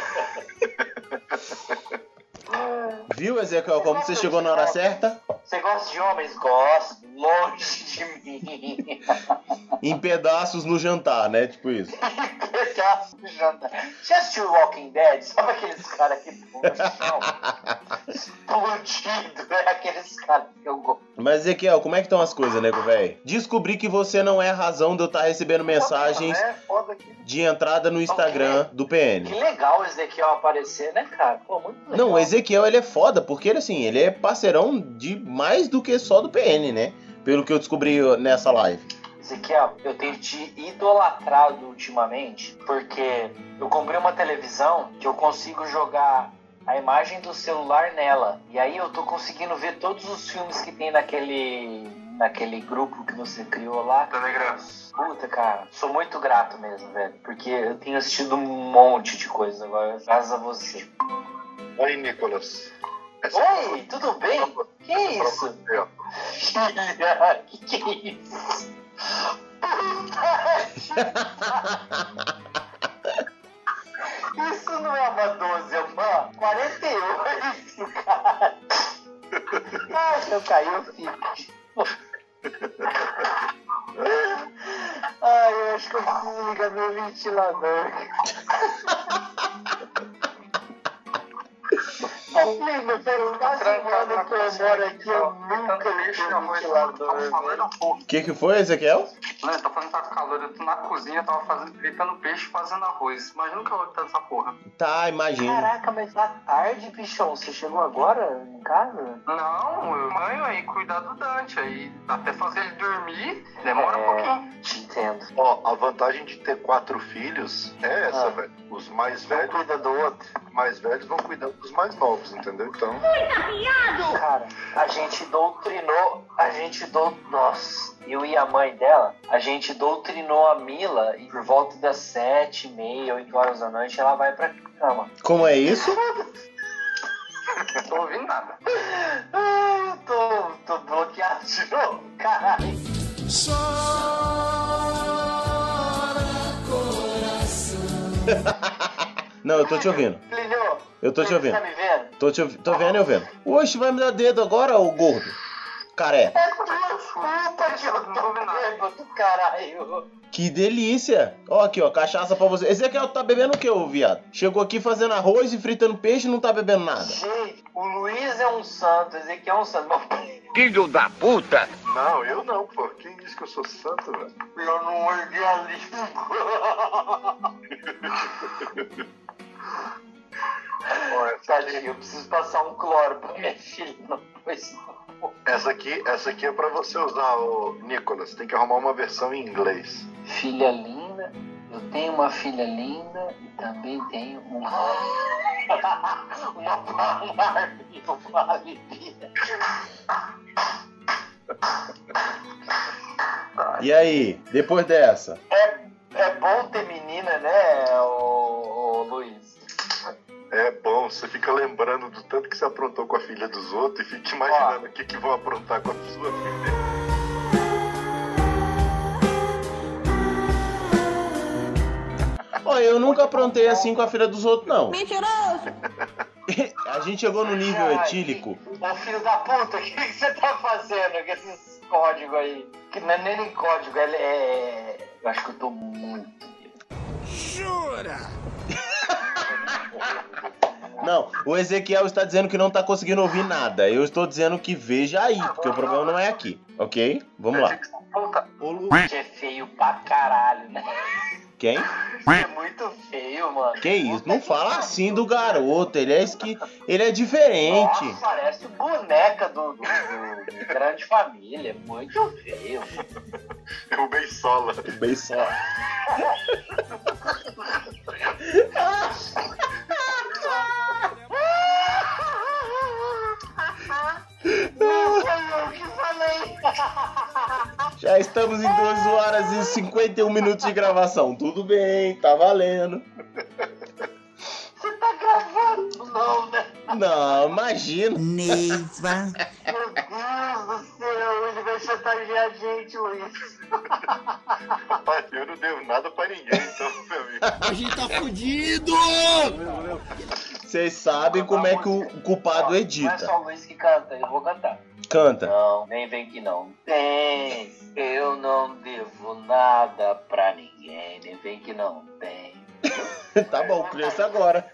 Viu, Ezequiel, como você chegou na hora certa? Você gosta de homens? Gosto. Longe de mim. Em pedaços no jantar, né? Tipo isso. Em pedaços no jantar. Você assistiu Walking Dead? Sabe aqueles caras que estão no chão? Explodido, né? Aqueles caras que eu gosto. Mas, Ezequiel, como é que estão as coisas, nego velho? Descobri que você não é a razão de eu estar recebendo mensagens é, foda aqui. de entrada no Instagram do P N. Que legal o Ezequiel aparecer, né, cara? Pô, muito legal. Não, o Ezequiel, ele é foda, porque ele, assim, ele é parceirão de mais do que só do P N, né? Pelo que eu descobri nessa live. Ezequiel, eu tenho te idolatrado ultimamente, porque eu comprei uma televisão que eu consigo jogar a imagem do celular nela. E aí eu tô conseguindo ver todos os filmes que tem naquele, naquele grupo que você criou lá. Telegram. Puta, cara, sou muito grato mesmo, velho. Porque eu tenho assistido um monte de coisas agora, graças a você. Oi, Nicolas. Oi, tudo bem? Que isso? Filha, que que é isso? Isso não é uma doze, é uma quarenta e oito, cara. Ai, eu caí, eu fico. Ai, eu acho que eu preciso ligar meu ventilador. Menino, faz uma semana que eu moro aqui, eu nunca lixo meu ventilador. O que que foi, Ezequiel? Não, eu tô falando que tá calor, eu tô na cozinha, tava fazendo, fritando peixe, fazendo arroz. Imagina o calor que tá dessa porra. Tá, imagina. Caraca, mas tá tarde, bichão. Você chegou agora em casa? Não, eu banho aí, cuidar do Dante. Aí até fazer ele dormir, demora É, um pouquinho. Te entendo. Ó, a vantagem de ter quatro filhos é essa, Ah. velho. Os mais Um velhos, cuida do outro. os mais velhos vão cuidando dos mais novos, entendeu? Então, Cara, a gente doutrinou, a gente do... Nossa, eu e a mãe dela, a gente doutrinou a Mila e por volta das sete, meia, oito horas da noite ela vai pra cama. Como é isso? Não tô ouvindo nada. Ai, eu tô, tô bloqueado de novo, caralho. Não, eu tô te ouvindo. Filho, Eu tô te você ouvindo. tá me vendo? Tô, te ouvi- tô vendo e ouvindo. Oxe, vai me dar dedo agora, ô gordo? Caré. É tua culpa que eu tô bêbado, caralho. Que delícia. Ó aqui, ó, cachaça pra você. Ezequiel tá bebendo o que, ô viado? Chegou aqui fazendo arroz e fritando peixe e não tá bebendo nada. Gente, o Luiz é um santo, Ezequiel é um santo. Mas Filho da puta! não, eu não, pô. Quem disse que eu sou santo, velho? eu não mordi a língua. Tadinho, eu preciso passar um cloro pra minha filha, não pois não. Essa aqui, essa aqui é pra você usar, ô Nicolas. Tem que arrumar uma versão em inglês. Filha linda, eu tenho uma filha linda e também tenho uma. uma Barbie, uma alivia. E aí, depois dessa? É, é bom ter menina, né, ô, ô Luiz? É bom, você fica lembrando do tanto que você aprontou com a filha dos outros e fica imaginando o que, que vão aprontar com a sua filha. Ó, eu nunca aprontei assim com a filha dos outros, não. Mentiroso! A gente chegou no nível Ai, etílico. Ô filho da puta, o que, que você tá fazendo com esses códigos aí? Que não é nem código, ele é. Eu acho que eu tô muito. Jura? Não, o Ezequiel está dizendo que não tá conseguindo ouvir nada. Eu estou dizendo que veja aí, porque o problema não é aqui, ok? Vamos lá. Ô, Lu... Você é feio pra caralho, né? Quem? Você é muito feio, mano. Que isso? Não fala assim do garoto. Ele é esqui... Ele é diferente. Nossa, parece boneca do, do, do Grande Família. Muito feio. É o Beisola. O Beisola. Não foi eu que falei. Já estamos em duas horas e cinquenta e um minutos de gravação. Tudo bem, tá valendo. Você tá gravando? Não, né? Não, imagina. Neiva. Meu Deus do céu, ele vai chantagear a gente, Luiz. Rapaz, eu não devo nada pra ninguém, então, meu amigo. A gente tá fudido! Vocês sabem como é que o culpado Não é edita. só o Luiz que canta, eu vou cantar. Canta. Não, nem vem que não tem. Eu não devo nada pra ninguém. Nem vem que não tem. Tá bom, cresça agora.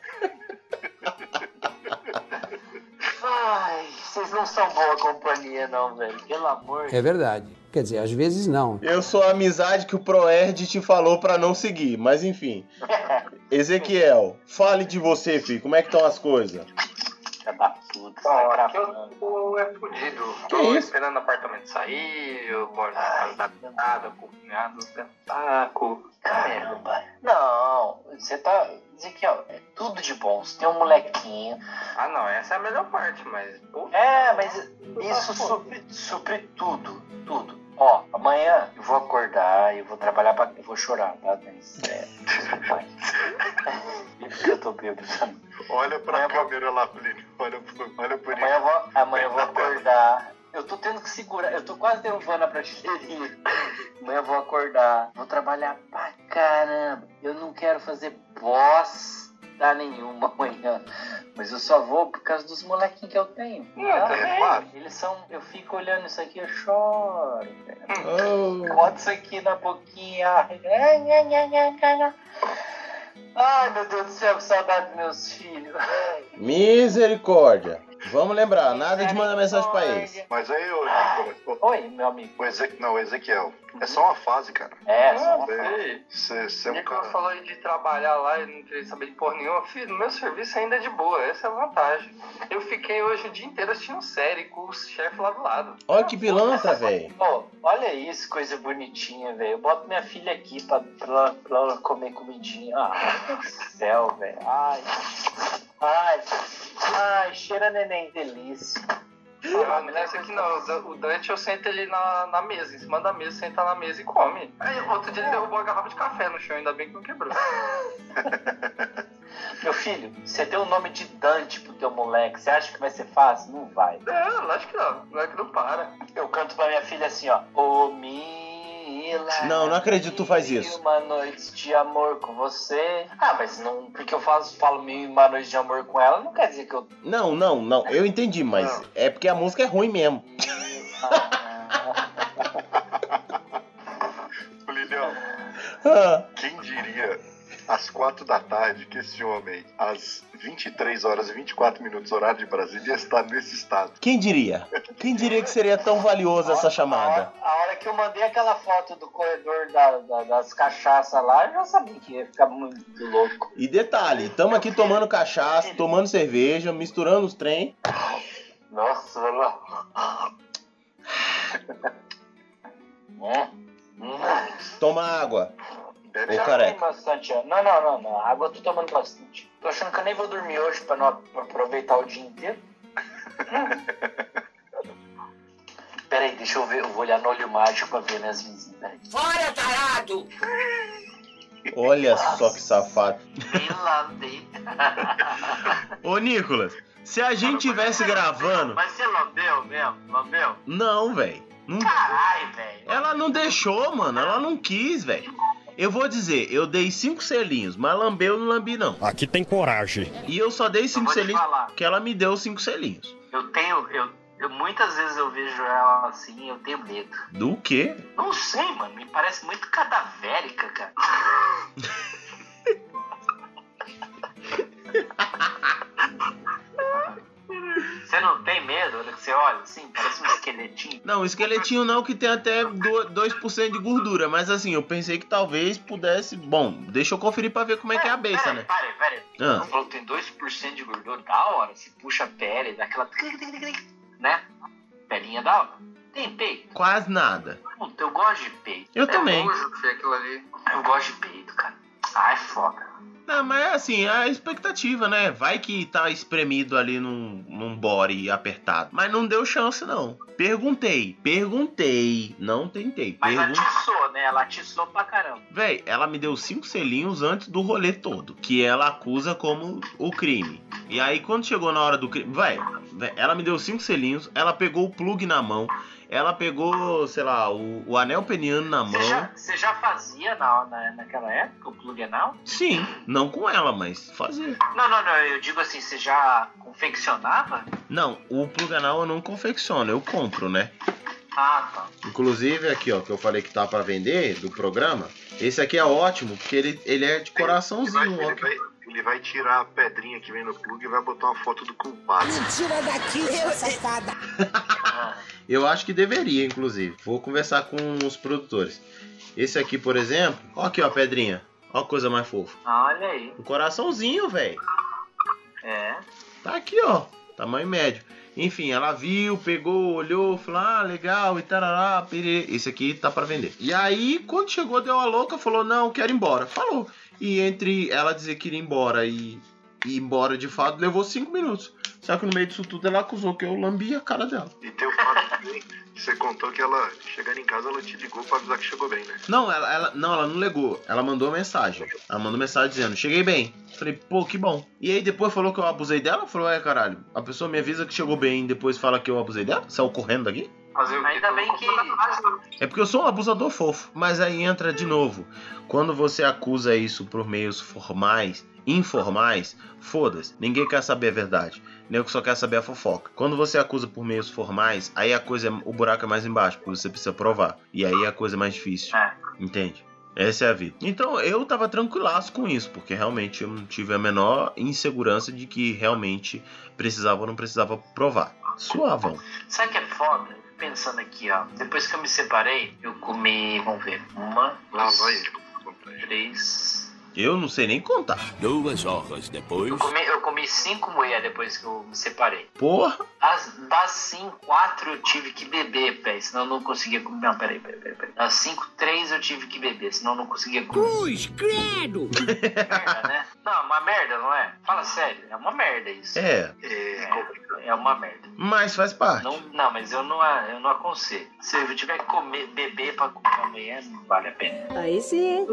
Ai, vocês não são boa companhia, não, velho. Pelo amor de É verdade. Quer dizer, às vezes não. Eu sou a amizade que o Proerd te falou pra não seguir, mas enfim. Ezequiel, fale de você, filho. Como é que estão as coisas? da puta, Bom, tá aqui eu gravando. tô é fudido. Que Tô isso? esperando o apartamento sair, eu moro na casa da cunhada, com o cunhado, saco. Caramba. Não, você tá. Ezequiel, é tudo de bom. Você tem um molequinho. Ah, não, essa é a melhor parte, mas. Pô, É, mas isso supre, supre tudo. Tudo. Ó, amanhã eu vou acordar e eu vou trabalhar pra. Eu vou chorar, tá? Mas é. Porque eu tô bêbado. Olha pra câmera lá, Plínio. Olha, olha por amanhã, eu vou, amanhã eu vou acordar. Eu tô tendo que segurar, eu tô quase derrubando a prateleira. Amanhã eu vou acordar, vou trabalhar pra caramba. Eu não quero fazer bosta nenhuma amanhã. Mas eu só vou por causa dos molequinhos que eu tenho. Não, também. Eles são. Eu fico olhando isso aqui, eu choro. Oh. Bota isso aqui na boquinha. Ai, meu Deus do céu, que saudade dos meus filhos. Misericórdia. Vamos lembrar, nada de mandar mensagem pra eles. Mas aí, ô, Nicolas. Oi, meu amigo. O Ezequiel, não, o Ezequiel. É só uma fase, cara. É, só uma fase. Você, você é um Nicolas cara. falou aí de trabalhar lá e não queria saber de porra nenhuma. Filho, no meu serviço ainda é de boa, essa é a vantagem. Eu fiquei hoje o dia inteiro assistindo série com o chefe lá do lado. Olha que pilantra, velho. Pô, olha isso, coisa bonitinha, velho. Eu boto minha filha aqui pra, pra, pra ela comer comidinha. Ah, meu Deus do céu, velho. Ai, ai, ai, cheira neném, delícia. Ah, não é isso aqui não. O Dante eu sento ele na, na mesa, em cima da mesa, senta na mesa e come. Aí outro dia ele derrubou a garrafa de café no chão, ainda bem que não quebrou. Meu filho, você deu o nome de Dante pro teu moleque, você acha que vai ser fácil? Não vai. É, lógico que não. Não é que não para. Eu canto pra minha filha assim, ó. Ô, Mila. Não, não acredito que tu faz isso. Uma noite de amor com você. Ah, mas não, porque eu faço, falo mil uma noite de amor com ela, não quer dizer que eu... Não, não, não, eu entendi, mas não. É porque a música é ruim mesmo. Lilião, ah. Quem diria às quatro da tarde que esse homem, às vinte e três horas e vinte e quatro minutos, horário de Brasília, está nesse estado? Quem diria? Quem diria que seria tão valiosa essa chamada? A hora, a hora que eu mandei aquela foto do corredor da, da, das cachaças lá, eu já sabia que ia ficar muito louco. E detalhe, estamos aqui tomando cachaça, tomando cerveja, misturando os trem. Nossa, lá. Toma água. Eu já tomei bastante. Não, não, não, não. A água eu tô tomando bastante. Tô achando que eu nem vou dormir hoje pra não pra aproveitar o dia inteiro. Peraí, deixa eu ver. Eu vou olhar no olho mágico pra ver minhas vizinhas. Peraí. Fora, tarado! Olha Nossa. Só que safado. Me Ô, Nicolas, se a gente tivesse gravando... Mas você lambeu mesmo? Lambeu? Não, velho. Não... Caralho, velho. Ela não deixou, mano. Ela não quis, velho. Eu vou dizer, eu dei cinco selinhos, mas lambeu eu não lambi, não. Aqui tem coragem. E eu só dei cinco selinhos porque ela me deu cinco selinhos. Eu tenho... Eu, eu, muitas vezes eu vejo ela assim e eu tenho medo. Do quê? Não sei, mano. Me parece muito cadavérica, cara. Você não tem medo? Olha que você olha assim, parece um esqueletinho. Não, esqueletinho não, que tem até dois por cento de gordura. Mas assim, eu pensei que talvez pudesse... Bom, deixa eu conferir pra ver como é que é a besta, né? Peraí, peraí. Ah. Você falou que tem dois por cento de gordura. Da hora. Você puxa a pele, dá aquela... Né? Pelinha da hora. Tem peito? Quase nada. Puta, eu gosto de peito. Eu é também. Nojo que aquilo ali. Eu gosto de peito, cara. Ai, foda. Não, mas é assim, a expectativa, né? Vai que tá espremido ali num, num body apertado. Mas não deu chance, não. Perguntei, perguntei, não tentei. Mas Pergun... atiçou, né? Ela atiçou pra caramba. Véi, ela me deu cinco selinhos antes do rolê todo, que ela acusa como o crime. E aí, quando chegou na hora do crime... Véi, ela me deu cinco selinhos, ela pegou o plug na mão, ela pegou, sei lá, o, o anel peniano na mão. Você já, você já fazia na, na, naquela época o plug anal? Sim, não com ela, mas fazia. Não, não, não, eu digo assim, você já confeccionava? Não, o plug anal eu não confecciono, eu compro, né? Ah, tá. Inclusive aqui, ó, que eu falei que tá pra vender, do programa, esse aqui é ótimo, porque ele, ele é de coraçãozinho. Ele vai, ele vai, ele vai tirar a pedrinha que vem no plug e vai botar uma foto do culpado. Tira daqui, sua safada. Eu acho que deveria, inclusive. Vou conversar com os produtores. Esse aqui, por exemplo, ó aqui, ó, a pedrinha. Ó a coisa mais fofa. Olha aí. Um coraçãozinho, velho. É. Tá aqui, ó. Tamanho médio. Enfim, ela viu, pegou, olhou, falou, ah, legal, e tarará, perê. Esse aqui tá pra vender. E aí, quando chegou, deu a louca, falou, não, quero ir embora. Falou. E entre ela dizer que iria embora e ir embora de fato, levou cinco minutos. Só que no meio disso tudo ela acusou que eu lambi a cara dela. E tem o fato também que você contou que ela, chegando em casa, ela te ligou pra avisar que chegou bem, né? Não, ela, ela, não, ela não ligou. Ela mandou mensagem. Ela mandou mensagem dizendo, cheguei bem. Falei, pô, que bom. E aí depois falou que eu abusei dela. Falou, é, caralho, a pessoa me avisa que chegou bem e depois fala que eu abusei dela? Saiu correndo daqui? Ainda bem que... É porque eu sou um abusador fofo. Mas aí entra de novo. Quando você acusa isso por meios formais, informais, foda-se. Ninguém quer saber a verdade. Nem que só quer saber a fofoca. Quando você acusa por meios formais, aí a coisa, o buraco é mais embaixo, porque você precisa provar. E aí a coisa é mais difícil. É. Entende? Essa é a vida. Então eu tava tranquilaço com isso, porque realmente eu não tive a menor insegurança de que realmente precisava ou não precisava provar. Suavão. Sabe o que é foda? Pensando aqui, ó. Depois que eu me separei, eu comi, vamos ver, uma, Lá duas, vai. três... Eu não sei nem contar. Duas horas depois... Eu comi, eu comi cinco mulheres depois que eu me separei. Porra! Das, das cinco, quatro eu tive que beber, pé, senão eu não conseguia comer. Não, peraí, peraí, peraí. peraí. Das cinco, três eu tive que beber, senão eu não conseguia comer. Cruz, credo! Merda, né? Não, uma merda, não é? Fala sério, é uma merda isso. É. É, é uma merda. Mas faz parte. Não, não, mas eu não, eu não aconselho. Se eu tiver que comer, beber pra comer amanhã, não vale a pena. Aí sim.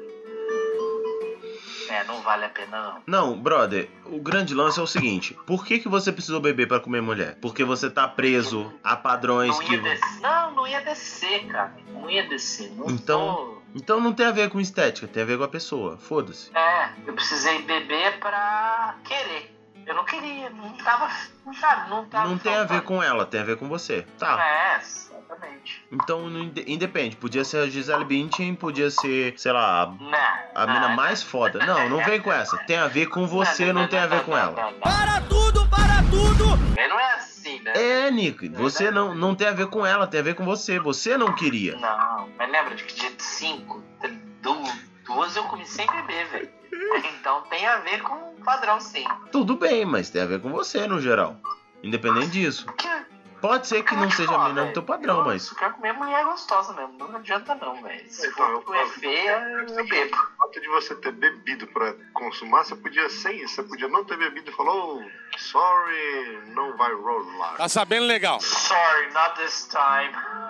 É, não vale a pena não. Não, brother, o grande lance é o seguinte. Por que que você precisou beber pra comer mulher? Porque você tá preso a padrões não que... Ia descer. Não, não ia descer, cara. Não ia descer. Não Então, tô... então não tem a ver com estética, tem a ver com a pessoa. Foda-se. É, eu precisei beber pra querer. Eu não queria, não tava... Não, sabe, não tava Não tem a ver com ela, tem a ver com você. Tá. É, exatamente. Então, não inde- independe. Podia ser a Gisele Bündchen, podia ser, sei lá, a, Não, a não, mina não. mais foda. Não, não vem com essa. Tem a ver com você, não tem a ver com ela. Para tudo, para tudo! Mas não é assim, né? É, Nick, você não, não tem a ver com ela, tem a ver com você. Você não queria. Não, mas lembra de que de cinco, duas, duas eu comi sem beber, velho. Então tem a ver com o padrão, sim. Tudo bem, mas tem a ver com você no geral. Independente disso. Pode ser que não seja a mina do teu padrão, mas... Eu quero comer mulher gostosa mesmo, não adianta não, velho. Se Então, for é feia, eu bebo. O fato de você ter bebido pra consumar, você podia sem isso. Você podia não ter bebido e falou, oh, sorry, não vai rolar. Tá sabendo legal. Sorry, not this time.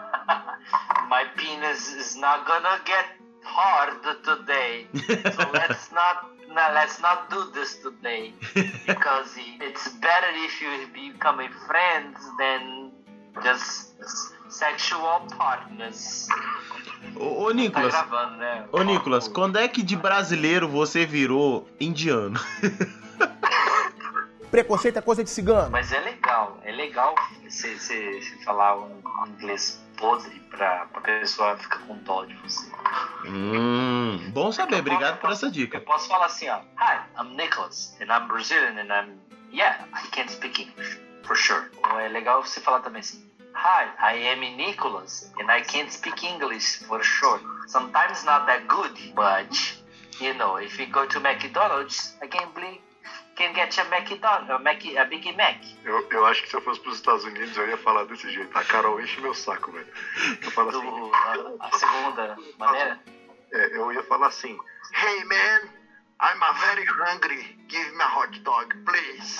My penis is not gonna get hard today. So let's not... No, let's not do this today, because it's better if you become friends than just sexual partners. Ô, ô Nicolas, tá gravando, né? ô Nicolas, quando é que de brasileiro você virou indiano? Preconceito é coisa de cigano. Mas é legal, é legal você falar um inglês podre pra, pra pessoa ficar com dó de você. Hum, bom saber, obrigado por essa dica. Eu posso falar assim, ó. Hi, I'm Nicholas, and I'm Brazilian, and I'm... Yeah, I can't speak English, for sure. Ou é legal você falar também assim. Hi, I am Nicholas, and I can't speak English, for sure. Sometimes not that good, but, you know, if you go to McDonald's, I can believe... Can get a McDonald's, a, Mac, a Big Mac. Eu, eu acho que se eu fosse pros Estados Unidos, eu ia falar desse jeito. A Carol enche meu saco, velho. Eu falo assim... Do, a, a segunda maneira? É, eu ia falar assim... Hey, man, I'm a very hungry. Give me a hot dog, please.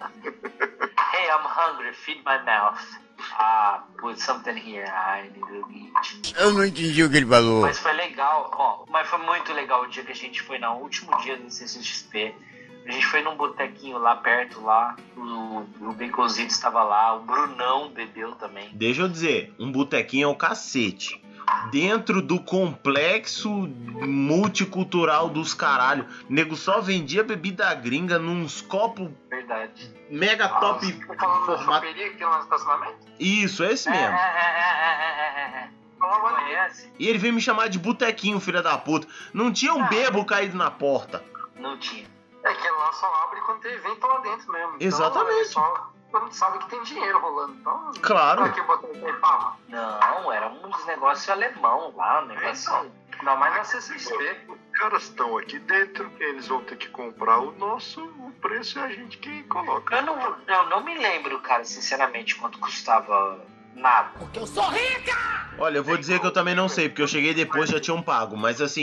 Hey, I'm hungry. Feed my mouth. Ah, put something here. I need to eat. Eu não entendi o que ele falou. Mas foi legal, ó. Mas foi muito legal o dia que a gente foi, no último dia do C C X P. A gente foi num botequinho lá perto, lá. O, o Baconzito estava lá. O Brunão bebeu também. Deixa eu dizer, um botequinho é o cacete. Dentro do complexo multicultural dos caralho. O nego só vendia bebida gringa nos copos. Verdade. Mega ah, top. Você tá falando da choperia que tem lá no estacionamento? Isso, é esse mesmo. É, é, é, é, é, é. Conhece? E ele veio me chamar de botequinho, filha da puta. Não tinha um bebo caído na porta. Não tinha. É que lá só abre quando tem evento lá dentro mesmo. Exatamente. Então, é só quando sabe que tem dinheiro rolando. Então, claro. Pra que botar em pava? Não, era uns negócios alemão lá, um negócio. É, não, mas na C C X P. Os caras estão aqui dentro, eles vão ter que comprar o nosso, o preço é a gente que coloca. Eu não, eu não me lembro, cara, sinceramente, quanto custava nada. Porque eu sou rica! Olha, eu vou dizer que eu também não sei, porque eu cheguei depois e já tinham pago, mas assim,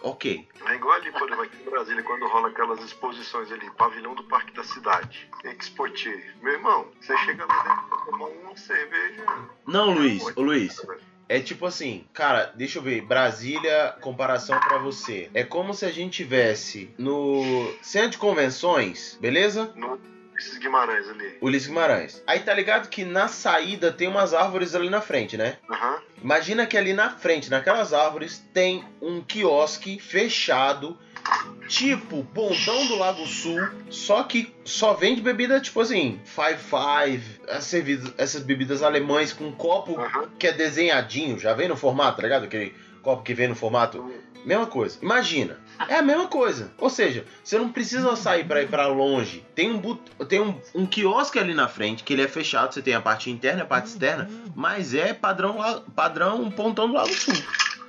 ok. É igual ali, por exemplo, aqui em Brasília, quando rola aquelas exposições ali, pavilhão do Parque da Cidade, Expotier. Meu irmão, você chega lá dentro pra tomar uma cerveja... Não, Luiz, ô Luiz, é tipo assim, cara, deixa eu ver, Brasília, comparação pra você. É como se a gente tivesse no centro de convenções, beleza? No Ulisses Guimarães ali. Ulisses Guimarães. Aí tá ligado que na saída tem umas árvores ali na frente, né? Aham. Uhum. Imagina que ali na frente, naquelas árvores, tem um quiosque fechado, tipo Pontão do Lago Sul, só que só vende bebida tipo assim, Five Five, essas bebidas, essas bebidas alemães com um copo uhum. que é desenhadinho, já vem no formato, tá ligado? Aquele copo que vem no formato, mesma coisa. Imagina, é a mesma coisa. Ou seja, você não precisa sair pra ir pra longe. Tem um, but... tem um, um quiosque ali na frente, que ele é fechado, você tem a parte interna e a parte externa, mas é padrão, padrão Pontão do Lago Sul.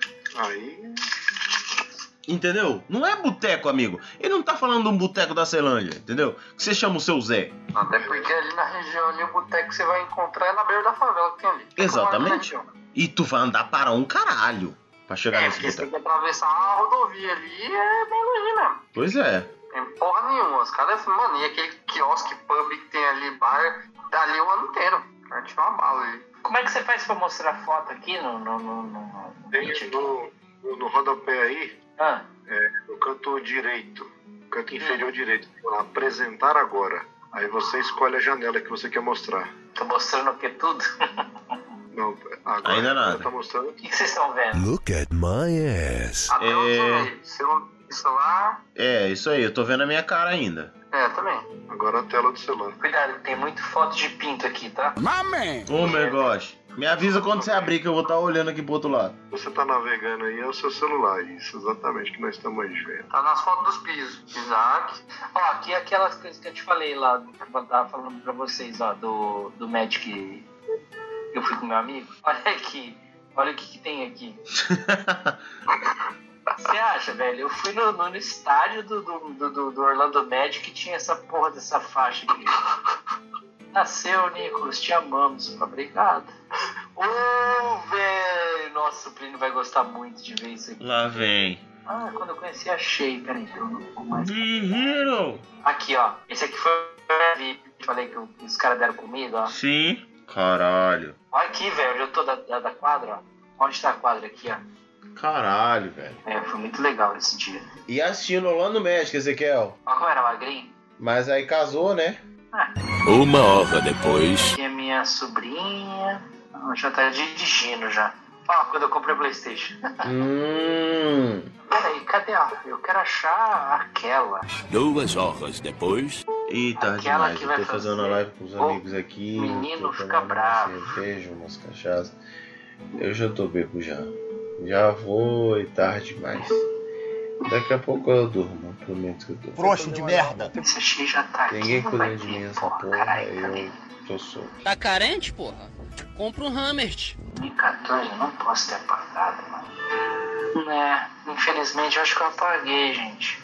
Aí... Entendeu? Não é boteco, amigo. Ele não tá falando de um boteco da Ceilândia, entendeu? Que você chama o seu Zé. Até porque ali na região, ali, o boteco que você vai encontrar é na beira da favela que tem ali. Exatamente. E tu vai andar para um caralho pra chegar é, nesse boteco. É, porque você tem que atravessar a rodovia ali, é bem longe mesmo. Pois é. Tem porra nenhuma. Os caras, mano, e aquele quiosque pub que tem ali, bar, tá ali o ano inteiro. Vai tirar uma bala ali. Como é que você faz pra mostrar foto aqui no... no, no, no, no, no, no rodapé aí, ah. é, no canto direito, canto inferior hum. direito, apresentar agora. Aí você escolhe a janela que você quer mostrar. Tô mostrando o que tudo? Não, agora ainda nada. Tá mostrando. O que vocês estão vendo? Look at my ass. Até é... o celular. É, isso aí, eu tô vendo a minha cara ainda. É, também. Agora a tela do celular. Cuidado, tem muito foto de pinto aqui, tá? Mamãe! Oh meu gosh. Me avisa quando você abrir que eu vou estar olhando aqui pro outro lado. Você tá navegando aí, é o seu celular. Isso, exatamente, que nós estamos aí vendo. Tá nas fotos dos pisos. Isaac. Ó, aqui é aquelas coisas que eu te falei lá, que eu tava falando pra vocês, ó, do, do Magic. Eu fui com meu amigo. Olha aqui. Olha o que, que tem aqui. Você acha, velho? Eu fui no, no, no estádio do, do, do, do Orlando Magic que tinha essa porra dessa faixa aqui. Nasceu, Nicolas, te amamos. Obrigado. Ô, oh, velho! Nossa, o Plínio vai gostar muito de ver isso aqui. Lá vem. Ah, quando eu conheci, achei. Peraí, que eu não vou mais. Hero. Aqui, ó. Esse aqui foi o V I P. Eu falei que os caras deram comida, ó. Sim. Caralho. Olha aqui, velho. Eu tô da, da, da quadra, ó. Onde tá a quadra aqui, ó? Caralho, velho. É, foi muito legal esse dia. E assistindo Orlando Magic, Ezequiel. Olha como era magrinho. Mas aí casou, né? Ah. Uma hora depois. Aqui é minha sobrinha. Oh, já tá dirigindo já. Ó, oh, quando eu comprei o PlayStation. Hum. Peraí, cadê a... Eu quero achar aquela. Duas horas depois. Ih, tá demais. Eu tô fazendo a live com os amigos aqui. Menino fica bravo. Cerveja, umas cachaças. Eu já tô bebo já. Já vou e tarde demais. Daqui a pouco eu durmo, prometo que eu durmo. Frouxo de merda. Esse achei já tá aqui. Ninguém cuida de mim essa porra, carai, eu tô solto. Tá carente, porra? Compra um Hammert. dois mil e quatorze eu não posso ter apagado, mano. É, infelizmente eu acho que eu apaguei, gente.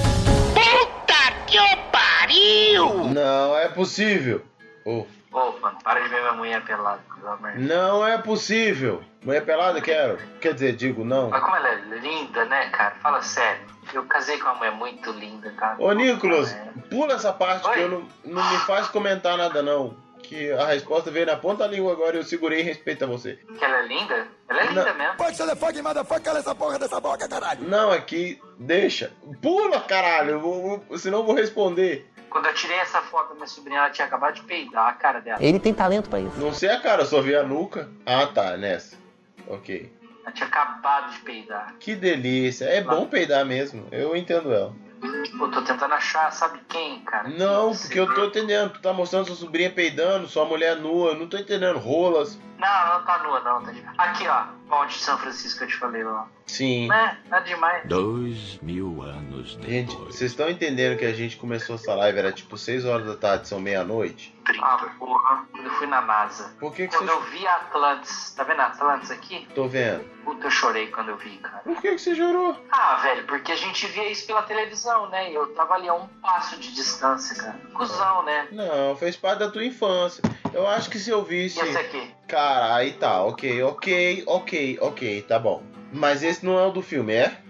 Puta que pariu! Não é possível. Oh. Ô, mano, para de ver minha mulher pelada, pelo amor de Deus. Não é possível. Mulher pelada, quero. Quer dizer, digo não. Olha como ela é linda, né, cara? Fala sério. Eu casei com uma mulher muito linda, cara. Ô, Nicolas, pula essa parte. Oi? Que eu não, não me faz comentar nada, não. Que a resposta veio na ponta da língua agora e eu segurei em respeito a você. Que ela é linda? Ela é linda não. mesmo. Pode ser fucking motherfucker, cala essa porra dessa boca, caralho. Não, aqui, deixa. Pula, caralho, eu vou, vou, senão eu vou responder. Quando eu tirei essa foto da minha sobrinha, ela tinha acabado de peidar a cara dela. Ele tem talento pra isso. Não sei a cara, eu só vi a nuca. Ah, tá, nessa. Ok. Ela tinha acabado de peidar. Que delícia. É Lá. bom peidar mesmo, eu entendo ela. Eu tô tentando achar, sabe quem, cara? Não, porque eu tô entendendo. Tu tá mostrando sua sobrinha peidando, sua mulher nua. Eu não tô entendendo. Rolas. Não, não tá nua, não. Tá de... Aqui, ó. Ponte de São Francisco que eu te falei lá. Sim. É, nada demais. Dois mil anos depois. Gente, vocês estão entendendo que a gente começou essa live, era tipo seis horas da tarde, são meia-noite? Ah, porra. Quando eu fui na NASA. Por que que Quando você... eu vi a Atlantis. Tá vendo a Atlantis aqui? Tô vendo. Puta, eu chorei quando eu vi, cara. Por que que você chorou? Ah, velho, porque a gente via isso pela televisão, né? E eu tava ali a um passo de distância, cara. Cusão, né? Não, fez parte da tua infância. Eu acho que se eu visse... E esse aqui? Cara, aí tá, ok, ok, ok, ok, tá bom. Mas esse não é o do filme, é?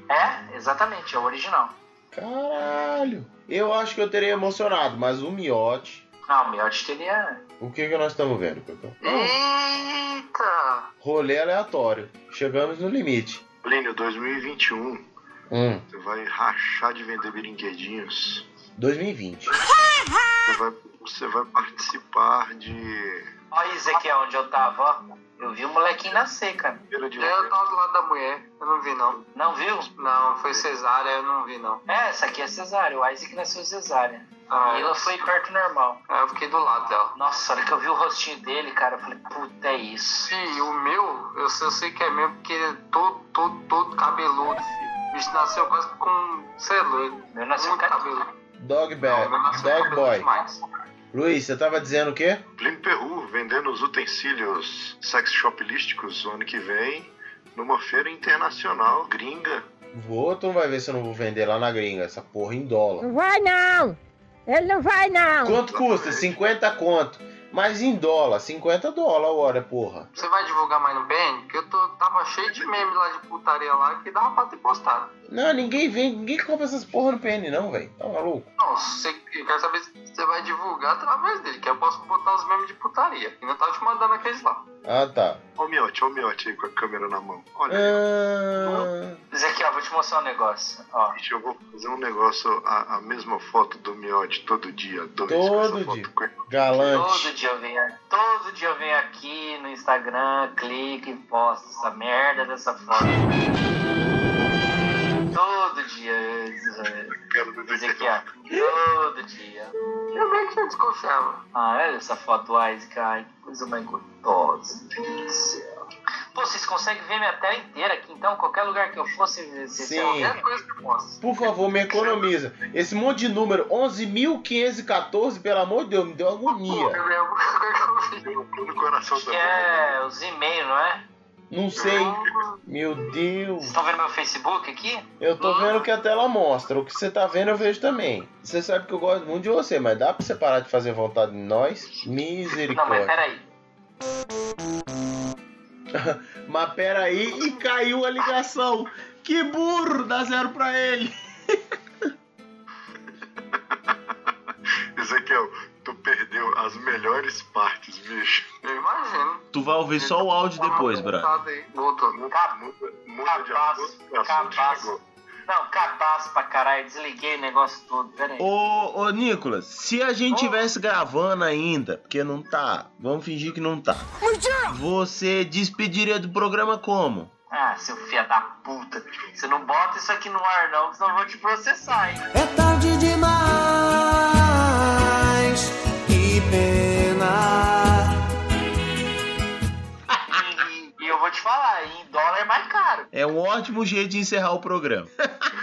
É, exatamente, é o original. Caralho. Eu acho que eu teria emocionado, mas o Miotti... Ah, o Miotti teria... O que que nós estamos vendo, Cotão? Eita! Rolê aleatório. Chegamos no limite. Plínio, dois mil e vinte e um. Hum. Você vai rachar de vender brinquedinhos. dois mil e vinte. Você vai, você vai participar de... Olha isso aqui, onde eu tava, ó. Eu vi o molequinho nascer, cara. Eu tava do lado da mulher, eu não vi não. Não viu? Não, foi cesárea, eu não vi não. É, essa aqui é cesárea, o Isaac nasceu cesárea. Ah, e ela foi perto normal. Ah, eu fiquei do lado dela. Nossa, a hora que eu vi o rostinho dele, cara, eu falei, puta, é isso. Sim, o meu, eu sei, eu sei que é mesmo, porque ele é todo, todo, todo cabeludo, filho. O bicho nasceu quase com, sei lá, meu nasceu muito cabeludo. Dog bag, dog boy. Luiz, você tava dizendo o quê? Plínio Perru vendendo os utensílios sex shopísticos o ano que vem numa feira internacional gringa. Vou, tu não vai ver se eu não vou vender lá na gringa, essa porra em dólar. Não vai não! Ele não vai não! Quanto custa? cinquenta conto. Mas em dólar, cinquenta dólares a hora, porra. Você vai divulgar mais no B N? Porque eu tô, tava cheio de memes lá de putaria lá que dava pra ter postado. Não, ninguém vem, ninguém compra essas porra no P N não, velho. Tá maluco? Não, você, eu quero saber se você vai divulgar através dele, que eu posso botar os memes de putaria. E não tava te mandando aqueles lá. Ah, tá. Ó o Miotti, ó o Miotti aí com a câmera na mão. Olha ah... aí. Ezequiel, vou te mostrar um negócio. Ó. Gente, eu vou fazer um negócio, a, a mesma foto do Miotti todo dia. Dois, todo dia. Foto. Galante. Todo dia eu venho, todo dia eu venho aqui no Instagram, clico e posto essa merda dessa foto. Todo dia, Ezequiel. Todo dia. Eu meio que eu desconfiava. Ah, olha essa foto, Isaac. Ai, que coisa mais gostosa. Meu Deus do céu. Pô, vocês conseguem ver minha tela inteira aqui, então? Qualquer lugar que eu fosse, vocês qualquer coisa que eu posso. Por favor, me economiza. Esse monte de número, onze mil quinhentos e catorze, pelo amor de Deus, me deu agonia. No coração que é os e-mails, não é? Não sei. Meu Deus. Vocês estão vendo meu Facebook aqui? Eu tô vendo o que a tela mostra. O que você tá vendo eu vejo também. Você sabe que eu gosto muito de você, mas dá pra você parar de fazer vontade de nós? Misericórdia. Não, mas peraí. Mas peraí, e caiu a ligação. Que burro, dá zero pra ele. Ezequiel, tu perdeu as melhores partes, bicho. Eu imagino. Tu vai ouvir só o áudio depois, brother. Voltou. Muda de assunto. Não, cabaço pra caralho, desliguei o negócio todo, pera aí. Ô, ô, Nicolas, se a gente tivesse gravando ainda, porque não tá, vamos fingir que não tá. Você despediria do programa como? Ah, seu filho da puta, você não bota isso aqui no ar não, que senão eu vou te processar, hein. É tarde demais, que pena. E eu vou te falar, em dólar é mais caro. É um ótimo jeito de encerrar o programa.